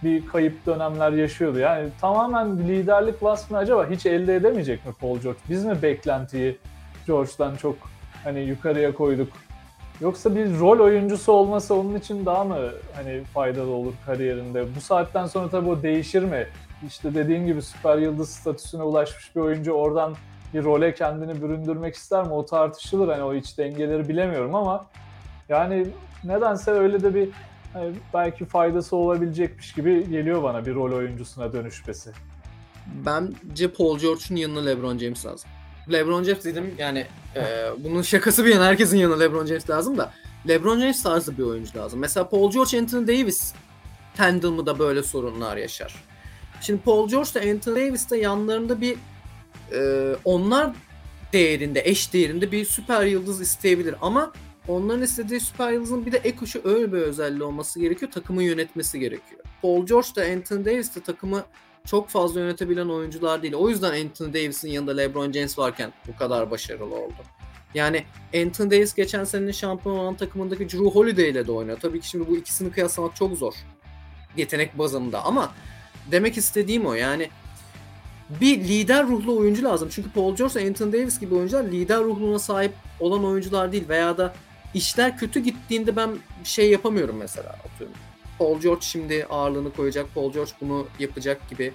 bir kayıp dönemler yaşıyordu. Yani tamamen liderlik vasfını acaba hiç elde edemeyecek mi Paul George? Biz mi beklentiyi George'dan çok hani yukarıya koyduk? Yoksa bir rol oyuncusu olması onun için daha mı hani faydalı olur kariyerinde? Bu saatten sonra tabii o değişir mi? İşte dediğin gibi süper yıldız statüsüne ulaşmış bir oyuncu oradan bir role kendini büründürmek ister mi? O tartışılır. Hani o iç dengeleri bilemiyorum ama yani nedense öyle de bir hani belki faydası olabilecekmiş gibi geliyor bana bir rol oyuncusuna dönüşmesi. Bence Paul George'un yanına LeBron James lazım. LeBron James dedim yani e, bunun şakası bir yana herkesin yanına LeBron James lazım da LeBron James tarzı bir oyuncu lazım. Mesela Paul George, Anthony Davis tandemı da böyle sorunlar yaşar. Şimdi Paul George da Anthony Davis de yanlarında bir e, onlar değerinde, eş değerinde bir süper yıldız isteyebilir ama onların istediği süper yıldızın bir de ek uçu öyle bir özelliği olması gerekiyor. Takımı yönetmesi gerekiyor. Paul George da Anthony Davis de takımı çok fazla yönetebilen oyuncular değil. O yüzden Anthony Davis'in yanında LeBron James varken bu kadar başarılı oldu. Yani Anthony Davis geçen senenin şampiyon olan takımındaki Jrue Holiday ile de oynuyor. Tabii ki şimdi bu ikisini kıyaslamak çok zor. Yetenek bazında ama demek istediğim o yani bir lider ruhlu oyuncu lazım. Çünkü Paul George ve Anthony Davis gibi oyuncular lider ruhuna sahip olan oyuncular değil veya da işler kötü gittiğinde ben bir şey yapamıyorum mesela. Atıyorum. Paul George şimdi ağırlığını koyacak, Paul George bunu yapacak gibi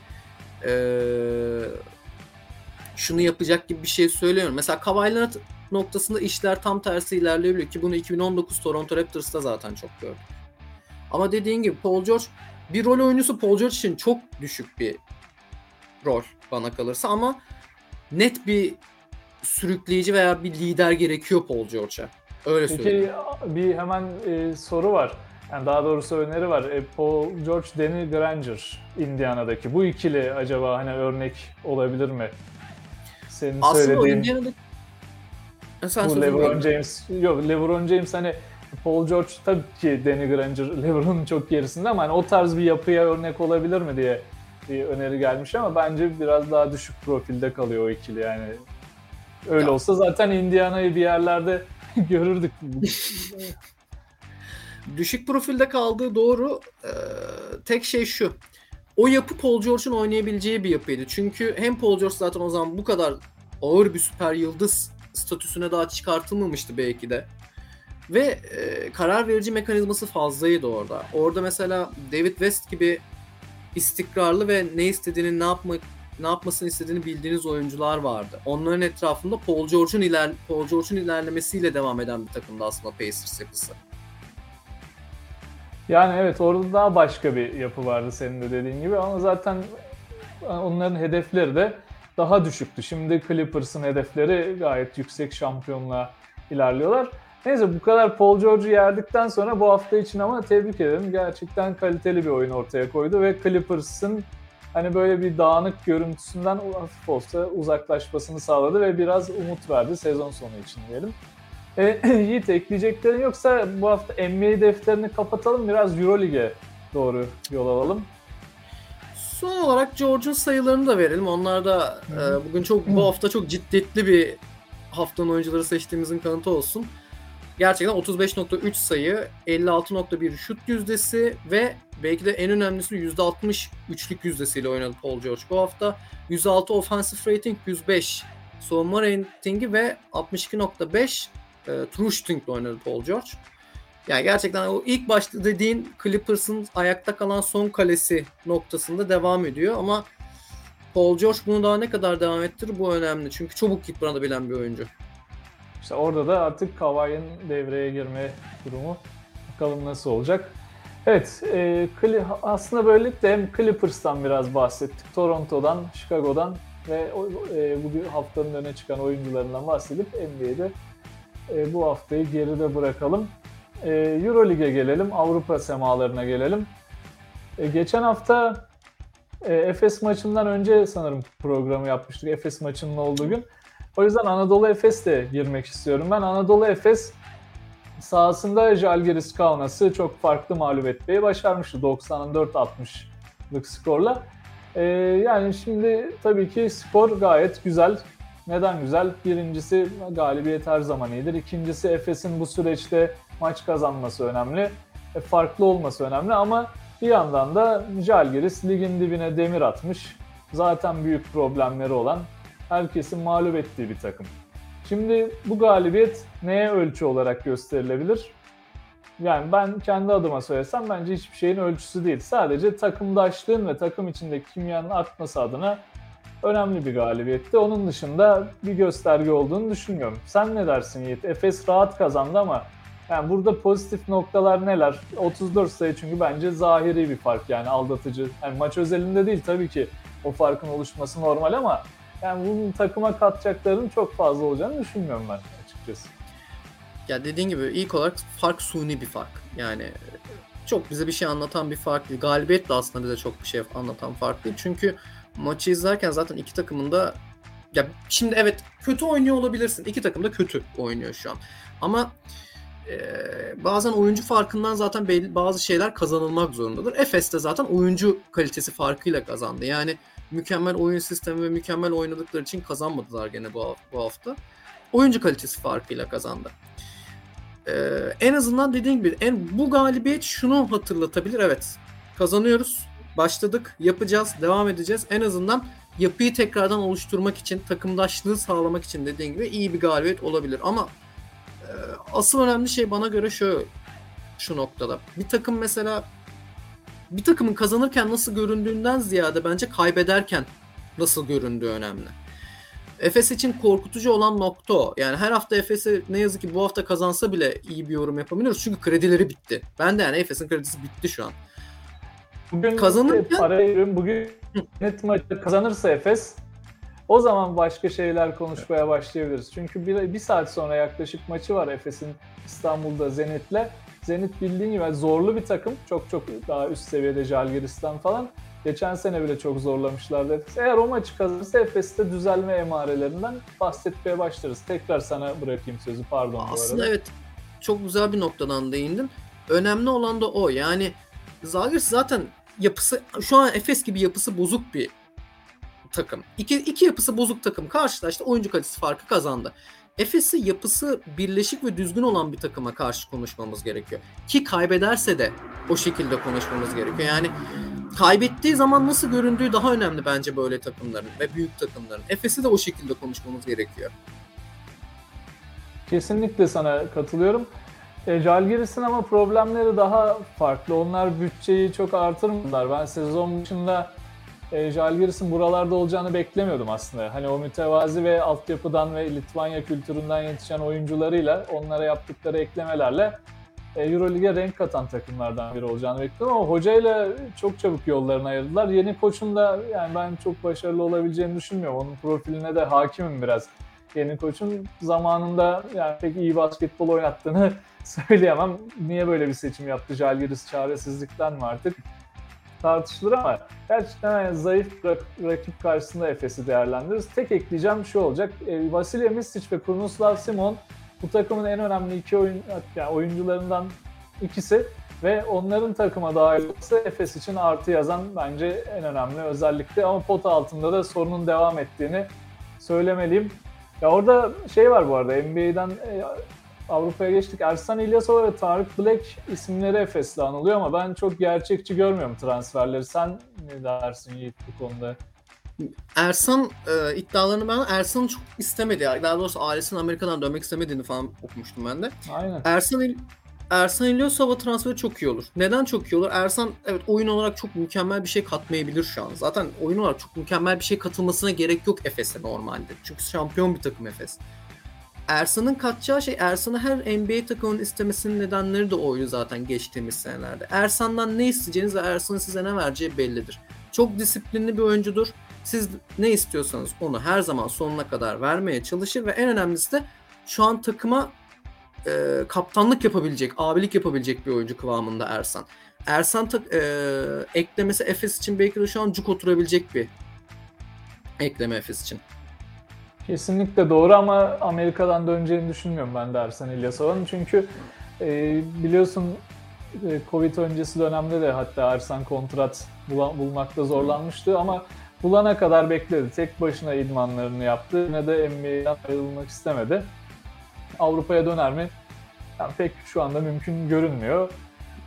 ee, şunu yapacak gibi bir şey söylüyorum. Mesela Kawhi Leonard noktasında işler tam tersi ilerleyebiliyor ki bunu iki bin on dokuz Toronto Raptors'ta zaten çok gördük. Ama dediğin gibi Paul George bir rol oyuncusu Paul George için çok düşük bir rol bana kalırsa ama net bir sürükleyici veya bir lider gerekiyor Paul George'a. Öyle söyleyeyim. Peki bir hemen e, soru var. Yani daha doğrusu öneri var. E, Paul George, Danny Granger Indiana'daki. Bu ikili acaba hani örnek olabilir mi? Senin Aslında söylediğin o Indiana'daki sen bu LeBron James, yok LeBron James hani Paul George tabii ki Danny Granger LeBron'un çok gerisinde ama hani o tarz bir yapıya örnek olabilir mi diye bir öneri gelmiş ama bence biraz daha düşük profilde kalıyor o ikili yani. Öyle ya. Olsa zaten Indiana'yı bir yerlerde görürdük. Düşük profilde kaldığı doğru. Ee, tek şey şu. O yapı Paul George'un oynayabileceği bir yapıydı. Çünkü hem Paul George zaten o zaman bu kadar ağır bir süper yıldız statüsüne daha çıkartılmamıştı belki de. Ve e, karar verici mekanizması fazlaydı orada. Orada mesela David West gibi istikrarlı ve ne istediğini, ne yapmak, ne yapmasını istediğini bildiğiniz oyuncular vardı. Onların etrafında Paul George'un iler Paul George'un ilerlemesiyle devam eden bir takımdı aslında Pacers yapısı. Yani evet orada daha başka bir yapı vardı senin de dediğin gibi ama zaten onların hedefleri de daha düşüktü. Şimdi Clippers'ın hedefleri gayet yüksek, şampiyonluğa ilerliyorlar. Neyse bu kadar Paul George'u yerdikten sonra bu hafta için ama tebrik ederim. Gerçekten kaliteli bir oyun ortaya koydu ve Clippers'ın hani böyle bir dağınık görüntüsünden hafif olsa uzaklaşmasını sağladı ve biraz umut verdi sezon sonu için diyelim. E, Yiğit ekleyeceklerin yoksa bu hafta N B A defterini kapatalım, biraz Euroleague'e doğru yol alalım. Son olarak George'un sayılarını da verelim. Onlar da e, bugün çok bu hafta çok ciddiyetli bir haftanın oyuncuları seçtiğimizin kanıtı olsun. Gerçekten otuz beş nokta üç sayı, elli altı nokta bir şut yüzdesi ve belki de en önemlisi yüzde altmış üçlük yüzdesiyle oynadı Paul George. Bu hafta yüz altı offensive rating, yüz beş savunma ratingi ve altmış iki nokta beş e, true shooting ile oynadı Paul George. Yani gerçekten o ilk başta dediğin Clippers'ın ayakta kalan son kalesi noktasında devam ediyor ama Paul George bunu daha ne kadar devam ettirir bu önemli. Çünkü çabuk yıpranabilen bir oyuncu. İşte orada da artık Kawhi'nin devreye girme durumu bakalım nasıl olacak. Evet, e, aslında böylelikle hem Clippers'tan biraz bahsettik, Toronto'dan, Chicago'dan ve e, bugün haftanın öne çıkan oyuncularından bahsedip N B A'de e, bu haftayı geride bırakalım. E, Euroleague'e gelelim, Avrupa semalarına gelelim. E, geçen hafta e, Efes maçından önce sanırım programı yapmıştık, Efes maçının olduğu gün. O yüzden Anadolu Efes'te girmek istiyorum ben. Anadolu Efes sahasında Žalgiris Kaunas'ı çok farklı mağlup etmeyi başarmıştı doksan dört altmışlık skorla. Ee, yani şimdi tabii ki skor gayet güzel. Neden güzel? Birincisi galibiyet her zaman iyidir. İkincisi Efes'in bu süreçte maç kazanması önemli. E, farklı olması önemli ama Bir yandan da Žalgiris ligin dibine demir atmış. Zaten büyük problemleri olan, herkesin mağlup ettiği bir takım. Şimdi bu galibiyet neye ölçü olarak gösterilebilir? Yani ben kendi adıma söylesem bence hiçbir şeyin ölçüsü değil. Sadece takımdaşlığın ve takım içindeki kimyanın artması adına önemli bir galibiyetti. Onun dışında bir gösterge olduğunu düşünmüyorum. Sen ne dersin Yiğit? Efes rahat kazandı ama yani burada pozitif noktalar neler? otuz dört sayı çünkü bence zahiri bir fark, yani aldatıcı. Yani maç özelinde değil tabii ki, o farkın oluşması normal ama yani bunun takıma katacaklarının çok fazla olacağını düşünmüyorum ben açıkçası. Ya dediğin gibi ilk olarak fark suni bir fark. Yani çok bize bir şey anlatan bir fark değil. Galibiyet de aslında bize çok bir şey anlatan fark değil. Çünkü maçı izlerken zaten iki takımın da, ya şimdi evet kötü oynuyor olabilirsin. İki takım da kötü oynuyor şu an. Ama e, bazen oyuncu farkından zaten belli, bazı şeyler kazanılmak zorundadır. Efes de zaten oyuncu kalitesi farkıyla kazandı. Yani mükemmel oyun sistemi ve mükemmel oynadıkları için kazanmadılar gene bu, bu hafta. Oyuncu kalitesi farkıyla kazandı. Ee, en azından dediğim gibi en, bu galibiyet şunu hatırlatabilir. Evet, kazanıyoruz, başladık, yapacağız, devam edeceğiz. En azından yapıyı tekrardan oluşturmak için, takımdaşlığı sağlamak için dediğim gibi iyi bir galibiyet olabilir. Ama e, asıl önemli şey bana göre şu, şu noktada. Bir takım mesela bir takımın kazanırken nasıl göründüğünden ziyade bence kaybederken nasıl göründüğü önemli. Efes için korkutucu olan nokta o. Yani her hafta Efes'e ne yazık ki bu hafta kazansa bile iyi bir yorum yapamıyoruz. Çünkü kredileri bitti. Ben de yani Efes'in kredisi bitti şu an. Bugün Kazanırken... parayı bugün net maçı kazanırsa Efes, o zaman başka şeyler konuşmaya başlayabiliriz. Çünkü bir, bir saat sonra yaklaşık maçı var Efes'in İstanbul'da Zenit'le. Zenit bildiğin gibi zorlu bir takım. Çok çok daha üst seviyede Žalgiris'ten falan. Geçen sene bile çok zorlamışlardı Efes. Eğer o maçı kazanırsa Efes'te düzelme emarelerinden bahsetmeye başlarız. Tekrar sana bırakayım sözü, pardon. Aslında evet, çok güzel bir noktadan değindin. Önemli olan da o. Yani Žalgiris zaten yapısı, şu an Efes gibi yapısı bozuk bir takım. İki, iki yapısı bozuk takım karşılaştı. Oyuncu kalitesi farkı kazandı. Efes'i yapısı birleşik ve düzgün olan bir takıma karşı konuşmamız gerekiyor. Ki kaybederse de o şekilde konuşmamız gerekiyor. Yani kaybettiği zaman nasıl göründüğü daha önemli bence böyle takımların ve büyük takımların. Efes'i de o şekilde konuşmamız gerekiyor. Kesinlikle sana katılıyorum. E, Žalgiris'in ama problemleri daha farklı. Onlar bütçeyi çok artırmadılar. Ben sezon başında e, Žalgiris'in buralarda olacağını beklemiyordum aslında. Hani o mütevazi ve altyapıdan ve Litvanya kültüründen yetişen oyuncularıyla, onlara yaptıkları eklemelerle e, Euroleague'e renk katan takımlardan biri olacağını bekliyordum ama hocayla çok çabuk yollarını ayırdılar. Yeni koçun da yani ben çok başarılı olabileceğini düşünmüyorum. Onun profiline de hakimim biraz. Yeni koçun zamanında yani pek iyi basketbol oynattığını söyleyemem. Niye böyle bir seçim yaptı? Žalgiris çaresizlikten mi artık? Tartışılır ama gerçekten yani zayıf rakip karşısında Efes'i değerlendiririz. Tek ekleyeceğim şu olacak. E, Vasilije Micic ve Krunoslav Simon bu takımın en önemli iki oyun, yani oyuncularından ikisi ve onların takıma dahil olması Efes için artı yazan bence en önemli özellikti. Ama pota altında da sorunun devam ettiğini söylemeliyim. Ya orada şey var bu arada, N B A'den e, Avrupa'ya geçtik. Ersan İlyasova ve Tarık Black isimleri Efes'le anılıyor ama ben çok gerçekçi görmüyorum transferleri. Sen ne dersin Yiğit bu konuda? Ersan e, iddialarını ben Ersan'ı çok istemedi. Daha doğrusu ailesinin Amerika'dan dönmek istemediğini falan okumuştum ben de. Aynen. Ersan Ersan İlyasova transferi çok iyi olur. Neden çok iyi olur? Ersan evet oyun olarak çok mükemmel bir şey katmayabilir şu an. Zaten oyun olarak çok mükemmel bir şey katılmasına gerek yok Efes'e normalde. Çünkü şampiyon bir takım Efes. Ersan'ın katacağı şey, Ersan'ı her N B A takımının istemesinin nedenleri de oydu zaten geçtiğimiz senelerde. Ersan'dan ne isteyeceğiniz ve Ersan'ın size ne vereceği bellidir. Çok disiplinli bir oyuncudur. Siz ne istiyorsanız onu her zaman sonuna kadar vermeye çalışır ve en önemlisi de şu an takıma e, kaptanlık yapabilecek, abilik yapabilecek bir oyuncu kıvamında Ersan. Ersan tak, e, eklemesi Efes için belki de şu an cuk oturabilecek bir ekleme Efes için. Kesinlikle doğru ama Amerika'dan döneceğini düşünmüyorum ben de Ersan İlyasova'nın. Çünkü e, biliyorsun e, Covid öncesi dönemde de hatta Ersan kontrat bul- bulmakta zorlanmıştı ama bulana kadar bekledi. Tek başına idmanlarını yaptı. Yine de N B A'den ayrılmak istemedi. Avrupa'ya döner mi? Yani pek şu anda mümkün görünmüyor.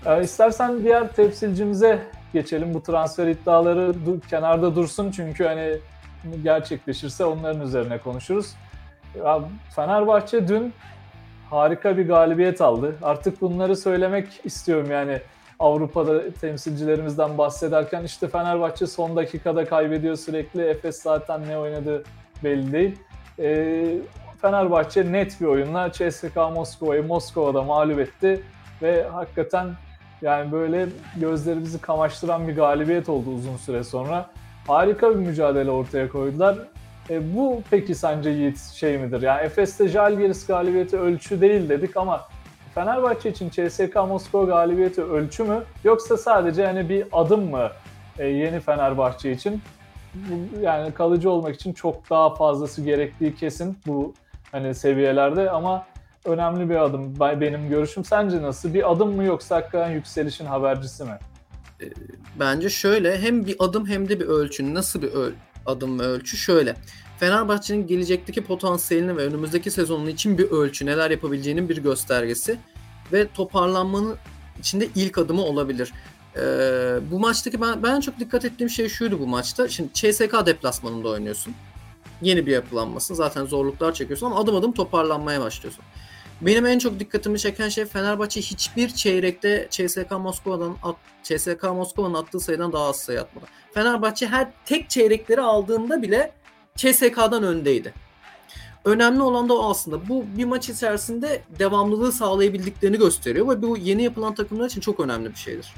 Ee, istersen diğer temsilcimize geçelim. Bu transfer iddiaları du- kenarda dursun çünkü hani gerçekleşirse onların üzerine konuşuruz. Ya, Fenerbahçe dün harika bir galibiyet aldı. Artık bunları söylemek istiyorum yani Avrupa'da temsilcilerimizden bahsederken işte Fenerbahçe son dakikada kaybediyor sürekli. Efes zaten ne oynadığı belli değil. Ee, Fenerbahçe net bir oyunla C S K A Moskova'yı Moskova'da mağlup etti ve hakikaten yani böyle gözlerimizi kamaştıran bir galibiyet oldu uzun süre sonra. Harika bir mücadele ortaya koydular. E, bu peki sence Yiğit şey midir? Yani Efes'te Žalgiris galibiyeti ölçü değil dedik ama Fenerbahçe için C S K A Moskova galibiyeti ölçü mü? Yoksa sadece hani bir adım mı e, yeni Fenerbahçe için? Bu, yani kalıcı olmak için çok daha fazlası gerektiği kesin bu hani seviyelerde ama önemli bir adım benim görüşüm. Sence nasıl? Bir adım mı yoksa hakikaten yükselişin habercisi mi? Bence şöyle, hem bir adım hem de bir ölçü. Nasıl bir öl- adım ve ölçü? Şöyle. Fenerbahçe'nin gelecekteki potansiyelini ve önümüzdeki sezonun için bir ölçü, neler yapabileceğinin bir göstergesi ve toparlanmanın içinde ilk adımı olabilir. Ee, bu maçtaki ben, ben çok dikkat ettiğim şey şuydu bu maçta. Şimdi C S K deplasmanında oynuyorsun. Yeni bir yapılanmasın. Zaten zorluklar çekiyorsun ama adım adım toparlanmaya başlıyorsun. Benim en çok dikkatimi çeken şey Fenerbahçe hiçbir çeyrekte C S K Moskova'dan at, C S K Moskova'nın attığı sayıdan daha az sayı atmadı. Fenerbahçe her tek çeyrekleri aldığında bile C S K'dan öndeydi. Önemli olan da o aslında. Bu bir maç içerisinde devamlılığı sağlayabildiklerini gösteriyor ve bu yeni yapılan takımlar için çok önemli bir şeydir.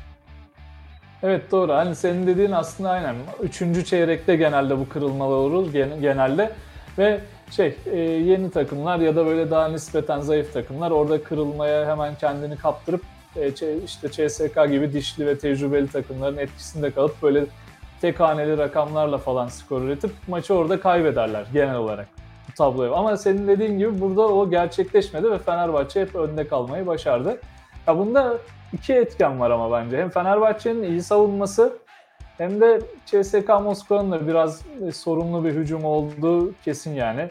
Evet doğru. Hani senin dediğin aslında aynen. Üçüncü çeyrekte genelde bu kırılmalar olur genelde ve şey e, yeni takımlar ya da böyle daha nispeten zayıf takımlar orada kırılmaya hemen kendini kaptırıp e, işte C S K gibi dişli ve tecrübeli takımların etkisinde kalıp böyle tek haneli rakamlarla falan skor üretip maçı orada kaybederler genel olarak bu tabloyu. Ama senin dediğin gibi burada o gerçekleşmedi ve Fenerbahçe hep önde kalmayı başardı. Ya bunda iki etken var ama bence. Hem Fenerbahçe'nin iyi savunması hem de C S K A Moskova'nın da biraz sorunlu bir hücum olduğu kesin yani.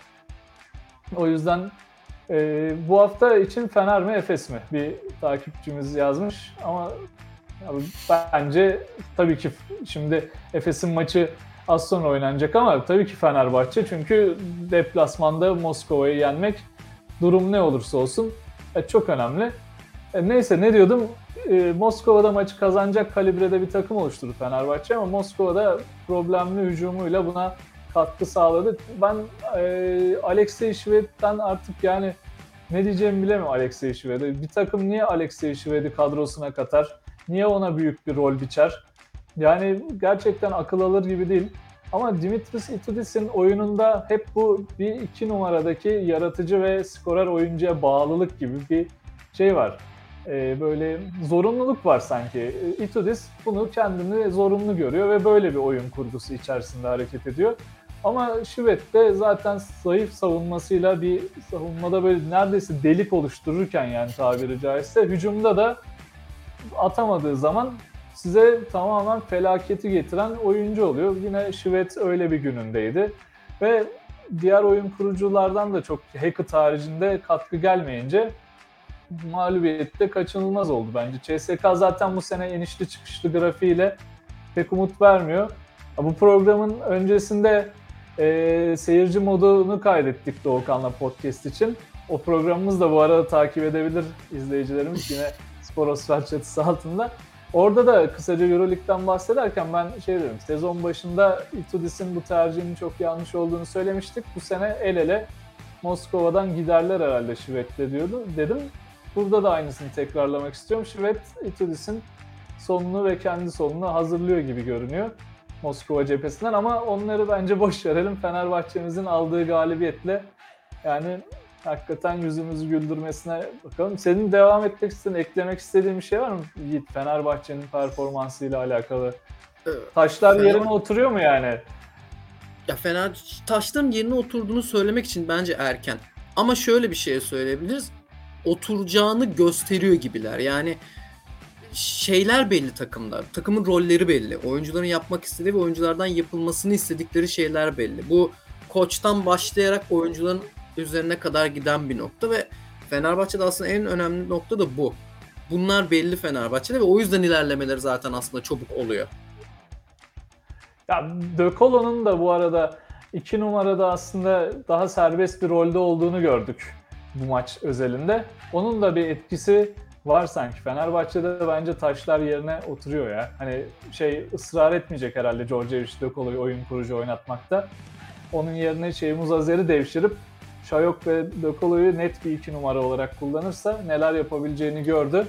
O yüzden e, bu hafta için Fener mi Efes mi? Bir takipçimiz yazmış ama bence tabii ki şimdi Efes'in maçı az sonra oynanacak ama tabii ki Fenerbahçe çünkü deplasmanda Moskova'yı yenmek durum ne olursa olsun çok önemli. Neyse ne diyordum? E, Moskova'da maçı kazanacak kalibrede bir takım oluşturdu Fenerbahçe ama Moskova'da problemli hücumuyla buna katkı sağladı. Ben e, Alexey Shved'den artık yani ne diyeceğimi bilemiyorum Alexey Shved'e. Bir takım niye Alexey Shved'i kadrosuna katar? Niye ona büyük bir rol biçer? Yani gerçekten akıl alır gibi değil. Ama Dimitris Itudis'in oyununda hep bu bir iki numaradaki yaratıcı ve skorer oyuncuya bağlılık gibi bir şey var. Ee, böyle zorunluluk var sanki. Itudis bunu kendini zorunlu görüyor ve böyle bir oyun kurgusu içerisinde hareket ediyor. Ama Şivet de zaten zayıf savunmasıyla bir savunmada böyle neredeyse delik oluştururken yani tabiri caizse hücumda da atamadığı zaman size tamamen felaketi getiren oyuncu oluyor. Yine Şivet öyle bir günündeydi. Ve diğer oyun kuruculardan da çok Hackett haricinde katkı gelmeyince mağlubiyette kaçınılmaz oldu bence. C S K zaten bu sene inişli çıkışlı grafiğiyle pek umut vermiyor. Bu programın öncesinde e, seyirci modunu kaydettik Doğukan'la podcast için. O programımız da bu arada takip edebilir izleyicilerimiz yine Sporosfer çatısı altında. Orada da kısaca Euroleague'den bahsederken ben şey dedim, sezon başında Itudis'in bu tercihinin çok yanlış olduğunu söylemiştik. Bu sene el ele Moskova'dan giderler herhalde Şivet'le diyordu dedim. Burada da aynısını tekrarlamak istiyorum. Şivet, Itudis'in sonunu ve kendi sonunu hazırlıyor gibi görünüyor Moskova cephesinden ama onları bence boş verelim. Fenerbahçe'mizin aldığı galibiyetle yani hakikaten yüzümüzü güldürmesine bakalım. Senin devam etmek istediğin, eklemek istediğin bir şey var mı Yiğit? Fenerbahçe'nin performansıyla alakalı. Taşlar Fener... yerine oturuyor mu yani? Ya Fener taşların yerine oturduğunu söylemek için bence erken. Ama şöyle bir şey söyleyebiliriz. Oturacağını gösteriyor gibiler. Yani şeyler belli takımda. Takımın rolleri belli. Oyuncuların yapmak istediği ve oyunculardan yapılmasını istedikleri şeyler belli. Bu koçtan başlayarak oyuncuların üzerine kadar giden bir nokta ve Fenerbahçe'de aslında en önemli nokta da bu. Bunlar belli Fenerbahçe'de ve o yüzden ilerlemeleri zaten aslında çabuk oluyor. Ya De Colo'nun da bu arada iki numarada aslında daha serbest bir rolde olduğunu gördük bu maç özelinde. Onun da bir etkisi var sanki. Fenerbahçe'de de bence taşlar yerine oturuyor ya. Hani şey ısrar etmeyecek herhalde Djordjevic De Colo'yu oyun kurucu oynatmakta. Onun yerine şey Muzazer'i devşirip Şayok ve De Colo'yu net bir iki numara olarak kullanırsa neler yapabileceğini gördü.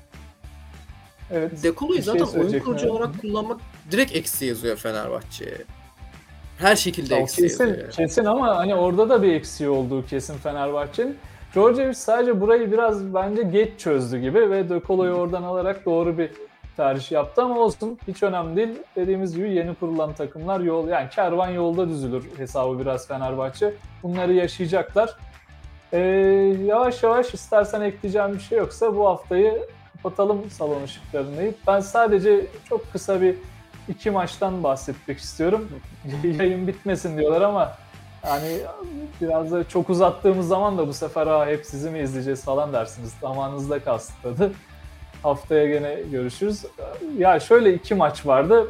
Evet. De Colo'yu bir şey zaten oyun söyleyecektim, kurucu evet. olarak kullanmak direkt eksi yazıyor Fenerbahçe'ye. Her şekilde Ya o eksi kesin, yazıyor. kesin ama hani orada da bir eksiği olduğu kesin Fenerbahçe'nin. Djordjevic sadece burayı biraz bence geç çözdü gibi ve De Colo'yu oradan alarak doğru bir tercih yaptı ama olsun, hiç önemli değil. Dediğimiz gibi yeni kurulan takımlar yol, yani kervan yolda düzülür hesabı biraz Fenerbahçe. Bunları yaşayacaklar. Ee, yavaş yavaş istersen ekleyeceğim bir şey yoksa bu haftayı kapatalım salon ışıklarını deyip ben sadece çok kısa bir iki maçtan bahsetmek istiyorum. Yayın bitmesin diyorlar ama yani biraz da çok uzattığımız zaman da bu sefer ha hep sizi mi izleyeceğiz falan dersiniz. Zamanınızda kalsın tadı. Haftaya gene görüşürüz. Ya şöyle iki maç vardı.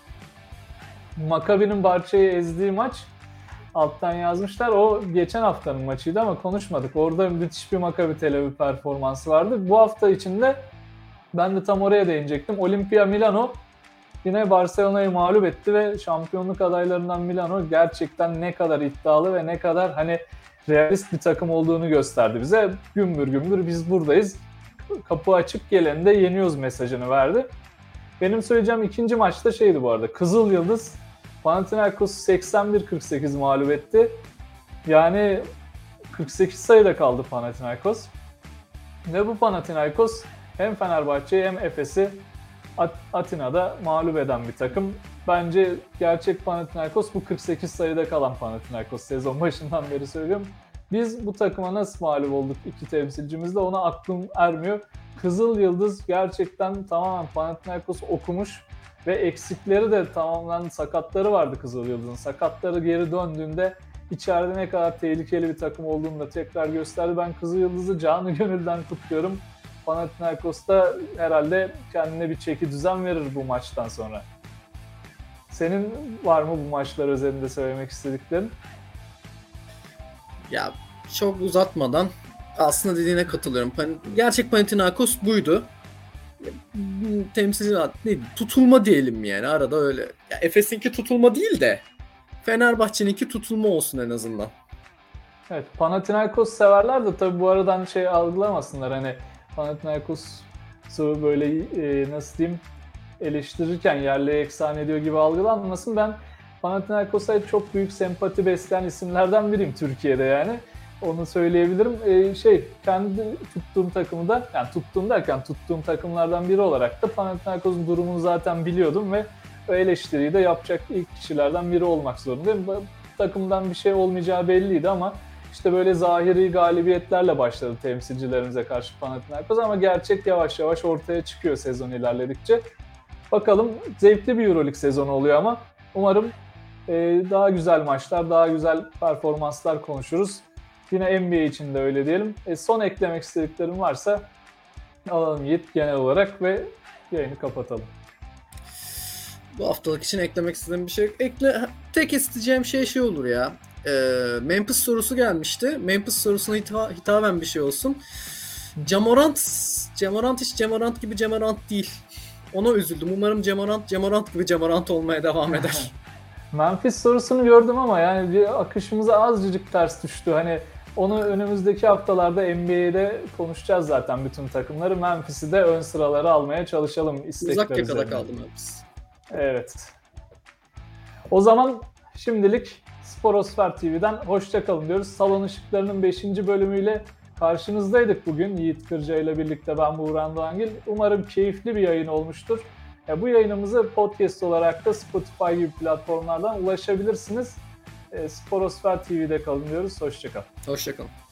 Maccabi'nin Barça'yı ezdiği maç, alttan yazmışlar. O geçen haftanın maçıydı ama konuşmadık. Orada müthiş bir Maccabi Tel Aviv performansı vardı. Bu hafta içinde ben de tam oraya değinecektim. Olimpia Milano yine Barcelona'yı mağlup etti ve şampiyonluk adaylarından Milano gerçekten ne kadar iddialı ve ne kadar hani realist bir takım olduğunu gösterdi bize. Gümbür gümbür biz buradayız. Kapı açık, geleni de yeniyoruz mesajını verdi. Benim söyleyeceğim ikinci maçta şeydi bu arada. Kızıl Yıldız Panathinaikos'u seksen bir kırk sekiz mağlup etti. Yani kırk sekiz sayıda kaldı Panathinaikos. Ve bu Panathinaikos hem Fenerbahçe'yi hem Efes'i At- Atina'da mağlup eden bir takım. Bence gerçek Panathinaikos bu kırk sekiz sayıda kalan Panathinaikos, sezon başından beri söylüyorum. Biz bu takıma nasıl mağlup olduk iki temsilcimizle, ona aklım ermiyor. Kızıl Yıldız gerçekten tamamen Panathinaikos okumuş ve eksikleri de tamamen, sakatları vardı Kızıl Yıldız'ın. Sakatları geri döndüğünde içeride ne kadar tehlikeli bir takım olduğunu da tekrar gösterdi. Ben Kızıl Yıldız'ı canı gönülden kutluyorum. Panathinaikos da herhalde kendine bir çeki düzen verir bu maçtan sonra. Senin var mı bu maçlar özelinde söylemek istediklerin? Ya çok uzatmadan aslında dediğine katılıyorum. Gerçek Panathinaikos buydu. Temsilci değil, tutulma diyelim yani, arada öyle. Ya Efes'inki tutulma değil de Fenerbahçe'ninki tutulma olsun en azından. Evet, Panathinaikos severler de tabii bu aradan şey algılamasınlar, hani Panathinaikos'u böyle e, nasıl diyeyim eleştirirken yerli eksan ediyor gibi algılanmasın. Ben Panathinaikos'a çok büyük sempati besleyen isimlerden biriyim Türkiye'de yani. Onu söyleyebilirim. Ee, şey, kendi tuttuğum takımı da, yani tuttuğum derken tuttuğum takımlardan biri olarak da Panathinaikos'un durumunu zaten biliyordum ve o eleştiriyi de yapacak ilk kişilerden biri olmak zorundayım. Bu takımdan bir şey olmayacağı belliydi ama işte böyle zahiri galibiyetlerle başladı temsilcilerimize karşı Panathinaikos ama gerçek yavaş yavaş ortaya çıkıyor sezon ilerledikçe. Bakalım, zevkli bir EuroLeague sezonu oluyor ama umarım e, daha güzel maçlar, daha güzel performanslar konuşuruz. Yine N B A için de öyle diyelim. E, son eklemek istediklerim varsa alalım Yiğit genel olarak ve yayını kapatalım. Bu haftalık için eklemek istediğim bir şey yok. Ekle, tek isteyeceğim şey şey olur ya. E, Memphis sorusu gelmişti. Memphis sorusuna hita, hitaben bir şey olsun. Jamorant, Jamorant hiç Jamorant gibi Jamorant değil. Ona üzüldüm. Umarım Jamorant, Jamorant gibi Jamorant olmaya devam eder. Memphis sorusunu gördüm ama yani bir akışımıza azıcık ters düştü. Hani onu önümüzdeki haftalarda N B A'de konuşacağız zaten bütün takımları. Memphis'i de ön sıralara almaya çalışalım istekler Uzak yakada üzerine. kaldı Memphis. Evet. O zaman şimdilik Sporosfer T V'den hoşça kalın diyoruz. Salon Işıkları'nın beşinci bölümüyle karşınızdaydık bugün. Yiğit Kırca ile birlikte ben Buğran Doğangil. Umarım keyifli bir yayın olmuştur. Ya bu yayınımızı podcast olarak da Spotify gibi platformlardan ulaşabilirsiniz. Sporosfer T V'de kalın diyoruz. Hoşça kalın. Hoşça kalın.